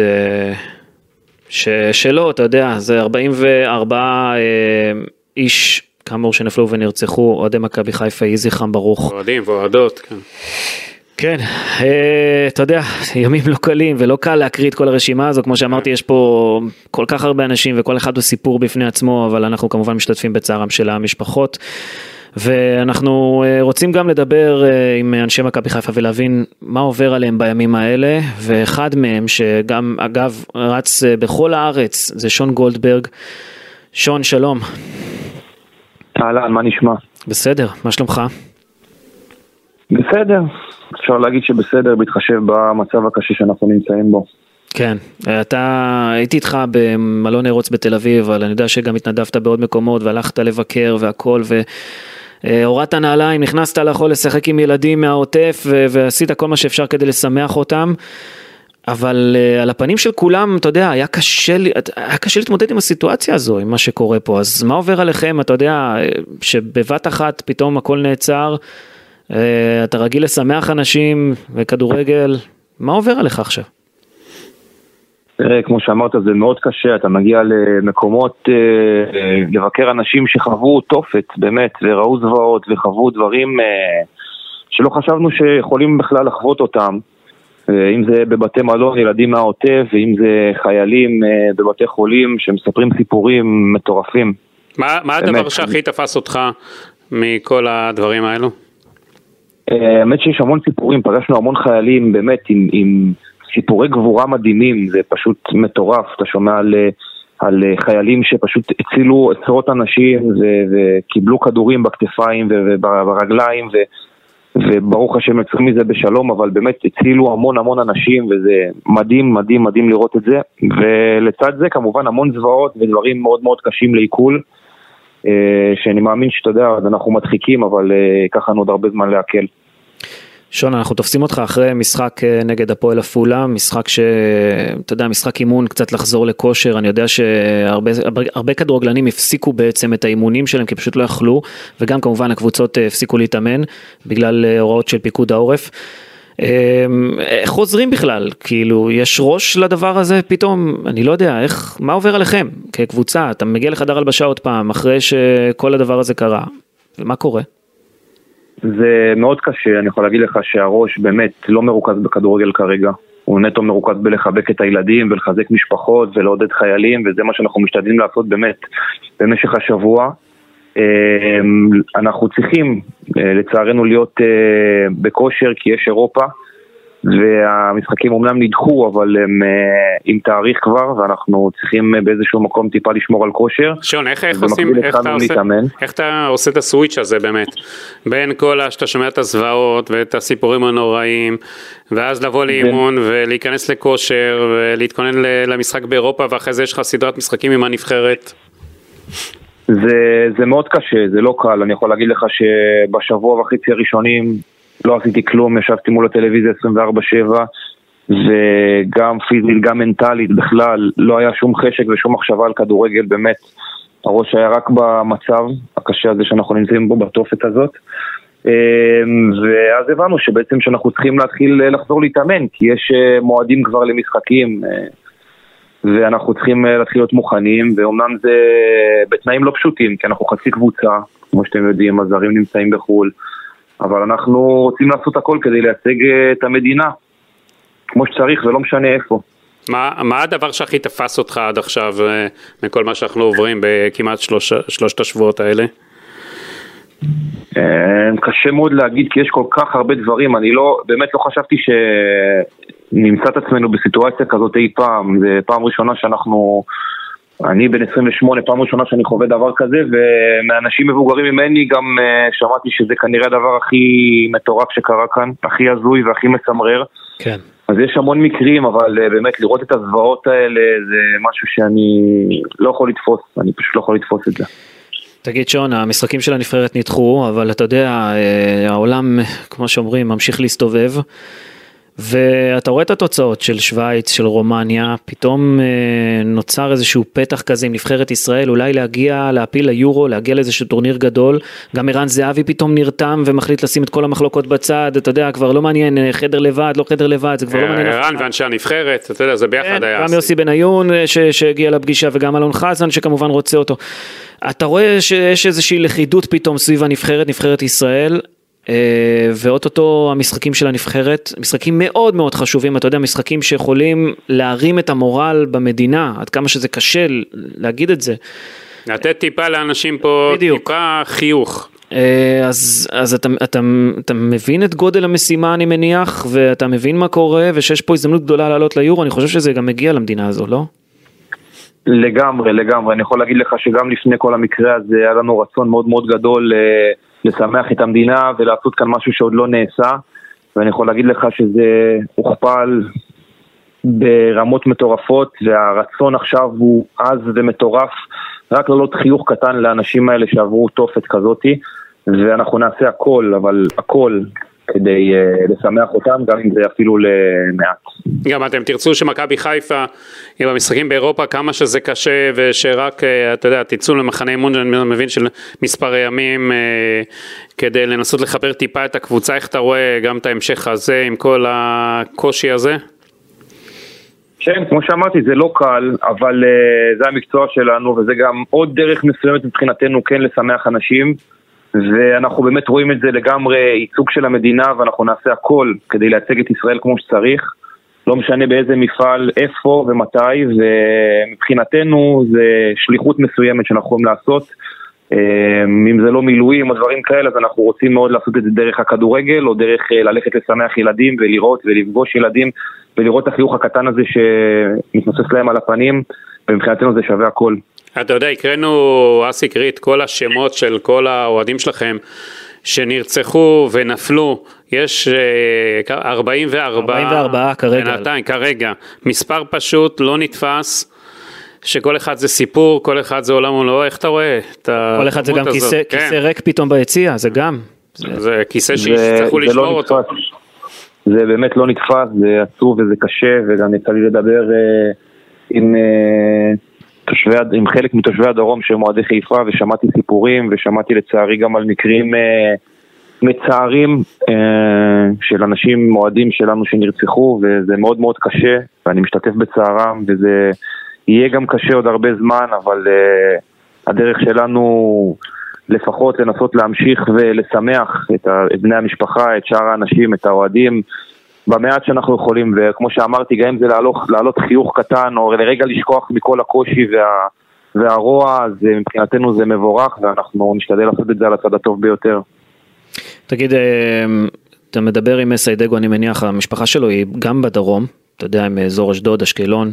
שלא, אתה יודע, זה 44 איש, כאמור שנפלו ונרצחו, אוהדי מכבי חיפה, יהי זכרם ברוך. אוהדים ואוהדות, כן. כן, אתה יודע, ימים לא קלים ולא קל להקריא את כל הרשימה הזו, כמו שאמרתי, יש פה כל כך הרבה אנשים וכל אחד הוא סיפור בפני עצמו, אבל אנחנו כמובן משתתפים בצערם של המשפחות, ואנחנו רוצים גם לדבר עם אנשי מכבי חיפה ולהבין מה עובר עליהם בימים האלה, ואחד מהם שגם אגב רץ בכל הארץ זה שון גולדברג. שון, שלום. אהלן, מה נשמע? בסדר, מה שלומך? בסדר, אפשר להגיד שבסדר, בהתחשב במצב הקשה שאנחנו נמצאים בו. כן, הייתי איתך במלון אירוץ בתל אביב, אבל אני יודע שגם התנדבת בעוד מקומות והלכת לבקר והכל, והורדת נעליים, נכנסת לאכול לשחק עם ילדים מהעוטף, ועשית כל מה שאפשר כדי לשמח אותם, אבל על הפנים של כולם, אתה יודע, היה קשה להתמודד עם הסיטואציה הזו, עם מה שקורה פה. אז מה עובר עליכם? אתה יודע, שבבת אחת פתאום הכל נעצר, אתה רגיל לשמח אנשים וכדורגל, מה עובר עליך עכשיו? תראה, כמו שאמרת, זה מאוד קשה, אתה מגיע למקומות, לבקר אנשים שחוו תופת, באמת, וראו זוועות וחוו דברים שלא חשבנו שיכולים בכלל לחוות אותם, אם זה בבתי מלון, ילדים מהעוטף, ואם זה חיילים בבתי חולים שמספרים סיפורים מטורפים. מה הדבר שהכי תפס אותך מכל הדברים האלו? האמת שיש המון סיפורים, פגשנו המון חיילים באמת עם סיפורי גבורה מדהימים, זה פשוט מטורף, אתה שומע על חיילים שפשוט הצילו עשרות אנשים וקיבלו כדורים בכתפיים וברגליים וברוך השם יצאו מזה בשלום, אבל באמת הצילו המון אנשים וזה מדהים לראות את זה, ולצד זה כמובן המון זוועות ודברים מאוד מאוד קשים לעיכול, שאני מאמין שאתה יודע, אנחנו מדחיקים, אבל ככה עוד הרבה זמן להקל. שון, אנחנו תופסים אותך אחרי משחק נגד הפועל עפולה, משחק אתה יודע, משחק אימון, קצת לחזור לכושר, אני יודע שהרבה כדורגלנים הפסיקו בעצם את האימונים שלהם, כי פשוט לא יכלו, וגם כמובן הקבוצות הפסיקו להתאמן, בגלל הוראות של פיקוד העורף. איך חוזרים בכלל? כאילו, יש ראש לדבר הזה פתאום? אני לא יודע, מה עובר עליכם כקבוצה? אתה מגיע לחדר הלבשה עוד פעם, אחרי שכל הדבר הזה קרה, ומה קורה? זה מאוד קשה, אני יכול להגיד לך שהראש באמת לא מרוכז בכדורגל כרגע, הוא נטו מרוכז בלחבק את הילדים ולחזק משפחות ולעודד חיילים, וזה מה שאנחנו משתדלים לעשות באמת במשך השבוע. אנחנו צריכים לצערנו להיות בכושר כי יש אירופה, והמשחקים אומנם נדחו, אבל הם עם תאריך כבר, ואנחנו צריכים באיזשהו מקום טיפה לשמור על כושר. שון, איך אתה עושה את הסוויץ' הזה באמת? בין כל שאתה שומע את הזוועות ואת הסיפורים הנוראים, ואז לבוא לאימון ולהיכנס לכושר ולהתכונן למשחק באירופה, ואחרי זה יש לך סדרת משחקים עם הנבחרת. זה מאוד קשה, זה לא קל. אני יכול להגיד לך שבשבוע וחצי הראשונים לא עשיתי כלום, ישבתי מול הטלוויזיה 24/7, וגם פיזית, גם מנטלית בכלל, לא היה שום חשק ושום מחשבה על כדורגל, באמת, הראש היה רק במצב הקשה הזה שאנחנו נמצאים בו, בתופת הזאת, ואז הבנו שבעצם שאנחנו צריכים להתחיל לחזור להתאמן, כי יש מועדים כבר למשחקים, ואנחנו צריכים להתחיל להיות מוכנים, ואומנם זה בתנאים לא פשוטים, כי אנחנו חצי קבוצה, כמו שאתם יודעים, הזרים נמצאים בחול, אבל אנחנו רוצים לעשות הכל כדי לייצג את המדינה כמו שצריך ולא משנה איפה. מה הדבר שהכי תפס אותך עד עכשיו מכל מה שאנחנו עוברים בכמעט שלושת השבועות האלה? קשה מאוד להגיד כי יש כל כך הרבה דברים, אני באמת לא חשבתי שנמצא את עצמנו בסיטואציה כזאת אי פעם, זה פעם ראשונה אני בן 28, פעם ראשונה שאני חווה דבר כזה, ומאנשים מבוגרים ממני גם שמעתי שזה כנראה הדבר הכי מטורף שקרה כאן, הכי הזוי והכי מצמרר. כן. אז יש המון מקרים, אבל באמת לראות את הזוועות האלה זה משהו שאני לא יכול לתפוס, אני פשוט לא יכול לתפוס את זה. תגיד שון, המשחקים של הנבחרת נדחו, אבל אתה יודע, העולם, כמו שאומרים, ממשיך להסתובב, ואתה רואה את התוצאות של שוויץ, של רומניה, פתאום נוצר איזשהו פתח כזה עם נבחרת ישראל, אולי להפיל ליורו, להגיע לאיזשהו טורניר גדול, גם ערן זהבי פתאום נרתם ומחליט לשים את כל המחלוקות בצד, אתה יודע, כבר לא מעניין חדר לבד, לא חדר לבד, זה כבר לא מעניין. ערן ואנשי הנבחרת, אתה יודע, זה ביחד היה. גם יוסי בניון שהגיע לפגישה, וגם אלון חזן שכמובן רוצה אותו. אתה רואה שיש איזושהי לכידות פתאום סביב הנבחרת, נבחרת ישראל, ואוטוטו המשחקים של הנבחרת, משחקים מאוד מאוד חשובים, אתה יודע, משחקים שיכולים להרים את המורל במדינה, עד כמה שזה קשה להגיד את זה. לתת טיפה לאנשים פה, בדיוק. טיפה חיוך. אז אתה מבין את גודל המשימה אני מניח, ואתה מבין מה קורה, ושיש פה הזדמנות גדולה לעלות ליורו, אני חושב שזה גם מגיע למדינה הזו, לא? לגמרי, אני יכול להגיד לך שגם לפני כל המקרה הזה היה לנו רצון מאוד מאוד גדול לשמח את המדינה ולעשות כאן משהו שעוד לא נעשה, ואני יכול להגיד לך שזה הוכפל ברמות מטורפות, והרצון עכשיו הוא עז ומטורף, רק לעלות חיוך קטן לאנשים האלה שעברו תופת כזאתי, ואנחנו נעשה הכל, אבל הכל כדי לשמח אותם, גם אם זה אפילו למעט. גם אתם תרצו שמכבי חיפה, עם המשחקים באירופה, כמה שזה קשה, ושרק, אתה יודע, תצאו למחנה אימון, אני מבין של מספר ימים, כדי לנסות לחבר טיפה את הקבוצה, איך אתה רואה גם את ההמשך הזה, עם כל הקושי הזה? כן, כמו שאמרתי, זה לא קל, אבל זה המקצוע שלנו, וזה גם עוד דרך מסוימת מבחינתנו כן לשמח אנשים, ואנחנו באמת רואים את זה לגמרי ייצוג של המדינה, ואנחנו נעשה הכל כדי להציג את ישראל כמו שצריך, לא משנה באיזה מפעל, איפה ומתי, ומבחינתנו זה שליחות מסוימת שאנחנו יכולים לעשות, אם זה לא מילואים או דברים כאלה, אז אנחנו רוצים מאוד לעשות את זה דרך הכדורגל, או דרך ללכת לשמח ילדים ולראות ולפגוש ילדים, ולראות את החיוך הקטן הזה שמתנוסס להם על הפנים, ומבחינתנו זה שווה הכל. אתה יודע, הקראנו, אסי קריא את כל השמות של כל האוהדים שלכם שנרצחו ונפלו, יש 44 כרגע, מספר פשוט לא נתפס, שכל אחד זה סיפור, כל אחד זה עולם ולא, איך אתה רואה? כל אחד זה גם כיסא ריק פתאום ביציאה, זה גם. זה כיסא שיצטרכו לשמור אותו. זה באמת לא נתפס, זה עצוב וזה קשה, וגם יצא לי לדבר עם חלק מתושבי הדרום שהם אוהדי חיפה, ושמעתי סיפורים, ושמעתי לצערי גם על מקרים מצערים של אנשים אוהדים שלנו שנרצחו, וזה מאוד מאוד קשה, ואני משתתף בצערם, וזה יהיה גם קשה עוד הרבה זמן, אבל הדרך שלנו לפחות לנסות להמשיך ולשמח את בני המשפחה, את שאר האנשים, את האוהדים, במעט שאנחנו יכולים, וכמו שאמרתי, גם אם זה לעלות חיוך קטן, או לרגע לשכוח מכל הקושי והרוע, אז מבחינתנו זה מבורך, ואנחנו נשתדל לעשות את זה על הצד הטוב ביותר. תגיד, אתה מדבר עם סיידגו, אני מניח, המשפחה שלו היא גם בדרום, אתה יודע, עם אזור אשדוד, אשקלון,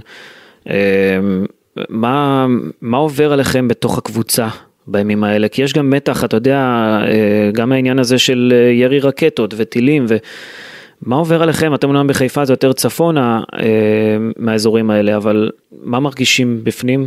מה עובר עליכם בתוך הקבוצה בימים האלה? כי יש גם מתח, אתה יודע, גם העניין הזה של ירי רקטות וטילים, מה עובר עליכם? אתם אומנם בחיפה, זה יותר צפונה מהאזורים האלה, אבל מה מרגישים בפנים?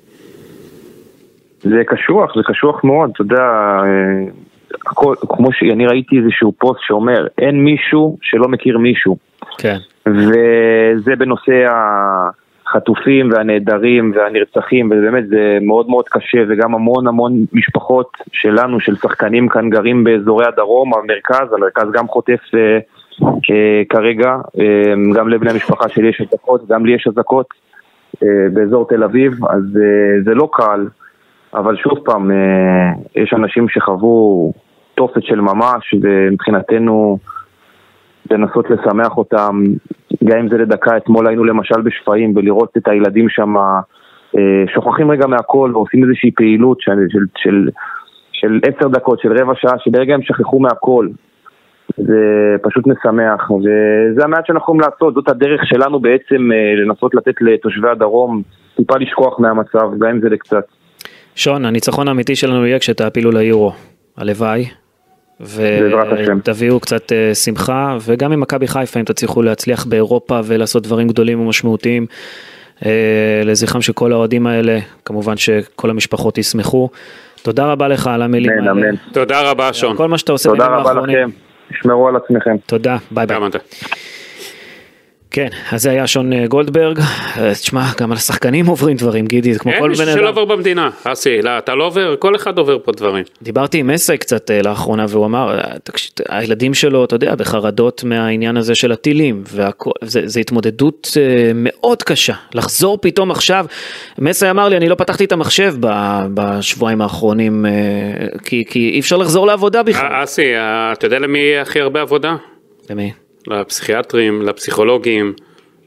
זה קשוח מאוד, אתה יודע, כמו שאני ראיתי איזשהו פוסט שאומר, אין מישהו שלא מכיר מישהו. כן. וזה בנושא החטופים והנעדרים והנרצחים, ובאמת זה מאוד מאוד קשה, וגם המון משפחות שלנו, של שחקנים כאן גרים באזורי הדרום, המרכז גם חוטף כרגע, גם לבני המשפחה שלי יש אזעקות, גם לי יש אזעקות באזור תל אביב, אז זה לא קל, אבל שוב פעם, יש אנשים שחוו תופת של ממש, ומבחינתנו לנסות לשמח אותם, גם אם זה לדקה. אתמול היינו למשל בשפעים, ולראות את הילדים שם שוכחים רגע מהכל, ועושים איזושהי פעילות של 10 דקות, של רבע שעה, שברגע הם שכחו מהכל. זה פשוט משמח, וזה המעט שאנחנו יכולים לעשות. זאת הדרך שלנו בעצם לנסות לתת לתושבי הדרום טיפה לשכוח מהמצב, גם אם זה לקצת. שון, הניצחון האמיתי שלנו יהיה כשתעפילו ליורו, הלוואי, ותביאו קצת שמחה, וגם עם מכבי חיפה, אם תצליחו להצליח באירופה ולעשות דברים גדולים ומשמעותיים, לזכרם של כל האוהדים האלה, כמובן שכל המשפחות ישמחו. תודה רבה לך על המילים האלה. אמן. תודה רבה, שון. כל מה שאתה עושה. תודה רבה לכם. תשמרו על עצמכם. תודה, ביי ביי. כן, אז זה היה שון גולדברג. תשמע, גם על השחקנים עוברים דברים, גידי, כמו כל בן אדם. אין מישהו שלא עובר במדינה, אסי, אתה לא עובר, כל אחד עובר פה דברים. דיברתי עם מסי קצת לאחרונה, והוא אמר, הילדים שלו, אתה יודע, בחרדות מהעניין הזה של הטילים, זה התמודדות מאוד קשה, לחזור פתאום עכשיו. מסי אמר לי, אני לא פתחתי את המחשב בשבועיים האחרונים, כי אי אפשר לחזור לעבודה בכלל. אסי, אתה יודע למי הכי הרבה עבודה? למי? לפסיכיאטרים, לפסיכולוגים,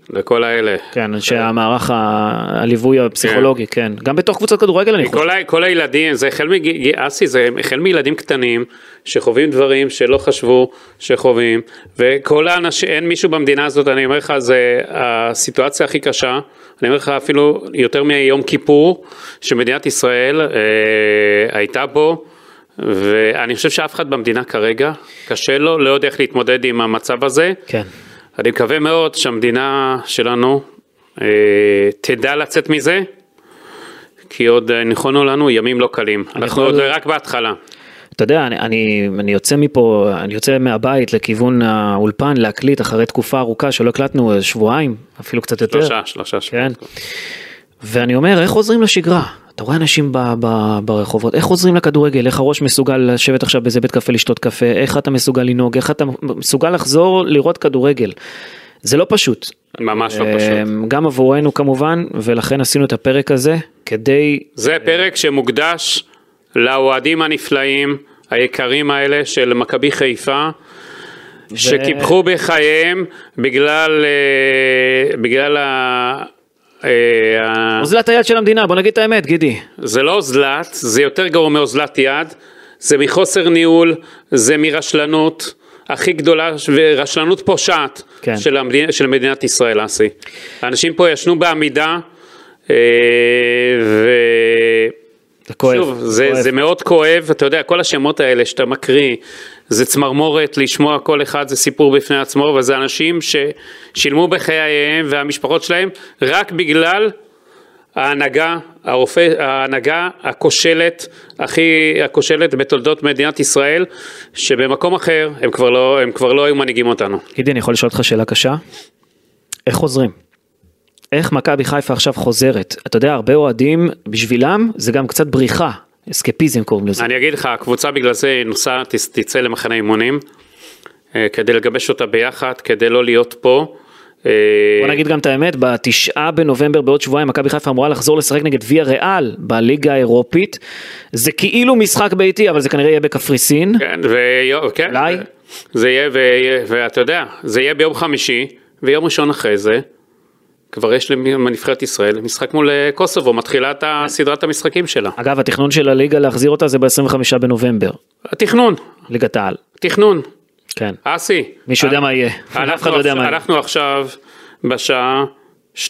לכל האלה. כן, שהמערך הליווי הפסיכולוגי, כן. גם בתוך קבוצת כדורגל אני חושב. כל הילדים, זה החל מילדים קטנים, שחווים דברים שלא חשבו שחווים, וכל האנשים, אין מישהו במדינה הזאת, אני אומר לך, זה הסיטואציה הכי קשה, אני אומר לך אפילו יותר מיום כיפור, שמדינת ישראל הייתה בו, ואני חושב שאף אחד במדינה כרגע, קשה לו, לא יודע איך להתמודד עם המצב הזה. כן. אני מקווה מאוד שהמדינה שלנו תדע לצאת מזה, כי עוד נכונו לנו ימים לא קלים. אנחנו עוד רק בהתחלה. אתה יודע, אני יוצא מפה, אני יוצא מהבית לכיוון האולפן להקליט אחרי תקופה ארוכה שלא הקלטנו שבועיים, אפילו קצת יותר. שלושה. כן. ואני אומר, איך עוזרים לשגרה? אתה רואה אנשים ברחובות, איך עוזרים לכדורגל, איך הראש מסוגל לשבת עכשיו באיזה בית קפה לשתות קפה, איך אתה מסוגל לנהוג, איך אתה מסוגל לחזור לראות כדורגל. זה לא פשוט. ממש לא פשוט. גם עבורנו כמובן, ולכן עשינו את הפרק הזה, כדי... זה פרק שמוקדש לאוהדים הנפלאים, היקרים האלה של מכבי חיפה, שקיפחו בחייהם בגלל אוזלת היד של המדינה, בוא נגיד את האמת, גידי. זה לא אוזלת, זה יותר גרוע מאוזלת יד, זה מחוסר ניהול, זה מרשלנות הכי גדולה, ורשלנות פושעת של מדינת ישראל, אסי. האנשים פה ישנו בעמידה, שוב, זה מאוד כואב, אתה יודע, כל השמות האלה שאתה מקריא, זה צמרמורת, לשמוע כל אחד, זה סיפור בפני עצמו, וזה אנשים ששילמו בחייהם והמשפחות שלהם, רק בגלל ההנהגה הכושלת בתולדות מדינת ישראל, שבמקום אחר הם כבר לא היו מנהיגים אותנו. גידי, אני יכול לשאול אותך שאלה קשה? איך חוזרים? איך מכבי חיפה עכשיו חוזרת? אתה יודע, הרבה אוהדים בשבילם, זה גם קצת בריחה, אסקפיזם קוראים לזה. אני אגיד לך, הקבוצה בגלל זה תצא למחנה אימונים, כדי לגבש אותה ביחד, כדי לא להיות פה. בוא נגיד גם את האמת, ב9 בנובמבר בעוד שבועיים, מכבי חיפה אמורה לחזור לשחק נגד ויה ריאל, בליגה האירופית, זה כאילו משחק ביתי, אבל זה כנראה יהיה בקפריסין. כן, אולי? זה יהיה, ואתה יודע, זה יהיה ביום חמישי, ויום ראשון אחרי זה, כבר יש לנבחרת ישראל משחק מול קוסובו, מתחילה את סדרת המשחקים שלה. אגב, התכנון של הליגה להחזיר אותה זה ב-25 בנובמבר. התכנון. ליגת העל. תכנון. כן. אסי. מישהו יודע מה יהיה. אף אחד לא יודע מה יהיה. אנחנו עכשיו בשעה 2:38.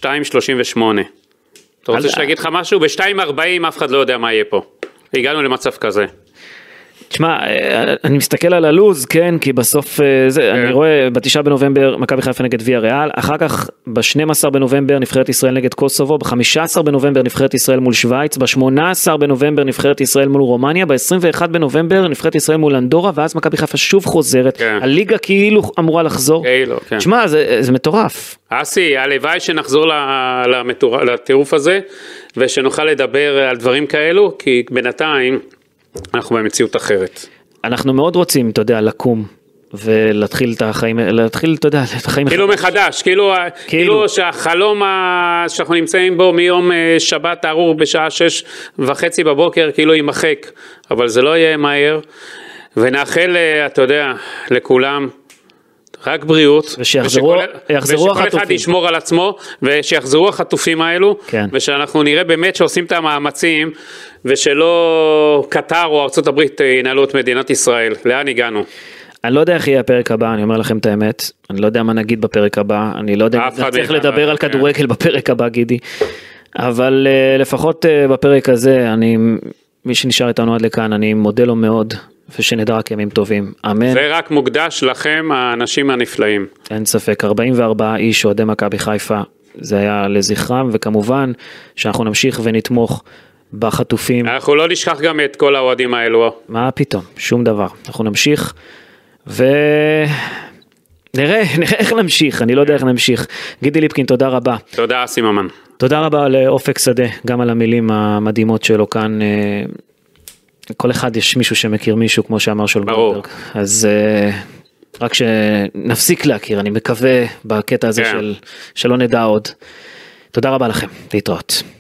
אתה רוצה שנגיד לך משהו? ב-2:40 אף אחד לא יודע מה יהיה פה. הגענו למצב כזה. תשמע, אני מסתכל על הלוז, כן, כי בסוף, אני רואה ב9 בנובמבר מכבי חיפה נגד ויה ריאל, אחר כך ב12 בנובמבר נבחרת ישראל נגד קוסובו, ב15 בנובמבר נבחרת ישראל מול שוויץ, ב18 בנובמבר נבחרת ישראל מול רומניה, ב21 בנובמבר נבחרת ישראל מול אנדורה, ואז מכבי חיפה שוב חוזרת, הליגה כאילו אמורה לחזור. תשמע, זה מטורף. אסי, הלוואי שנחזור לטירוף הזה, ושנוכל לדבר על דברים כאלו, כי בינתיים אנחנו במציאות אחרת. אנחנו מאוד רוצים, אתה יודע, לקום ולהתחיל את החיים, אתה יודע, את החיים כאילו מחדש, כאילו שהחלום שאנחנו נמצאים בו מיום שבת הארור בשעה 6:30 בבוקר, כאילו יימחק, אבל זה לא יהיה מהר, ונאחל, אתה יודע, לכולם, רק בריאות, ושיחזרו החטופים. ושכל אחד ישמור על עצמו, ושיחזרו החטופים האלו, ושאנחנו נראה באמת שעושים את המאמצים, ושלא קטר או ארצות הברית ינהלו את מדינת ישראל. לאן הגענו? אני לא יודע איך יהיה הפרק הבא, אני אומר לכם את האמת, אני לא יודע מה נגיד בפרק הבא, אני לא יודע אם צריך לדבר על כדורגל בפרק הבא, גידי, אבל לפחות בפרק הזה, מי שנשאר איתנו עד לכאן, אני מודה לו מאוד, ושנדע רק ימים טובים, אמן. זה רק מוקדש לכם, האנשים הנפלאים. אין ספק, 44 איש אוהדי מכבי חיפה, זה היה לזכרם, וכמובן שאנחנו נמשיך ונתמוך בחטופים. אנחנו לא נשכח גם את כל האוהדים האלו. מה פתאום, שום דבר. אנחנו נמשיך, נראה איך נמשיך, אני לא יודע איך נמשיך. גידי ליפקין, תודה רבה. תודה, אסי ממן. תודה רבה לאופק שדה, גם על המילים המדהימות שלו כאן. כל אחד יש מישהו שמכיר מישהו, כמו שאמר שולברג. אז רק שנפסיק להכיר, אני מקווה בקטע הזה שלא נדע עוד. תודה רבה לכם, להתראות.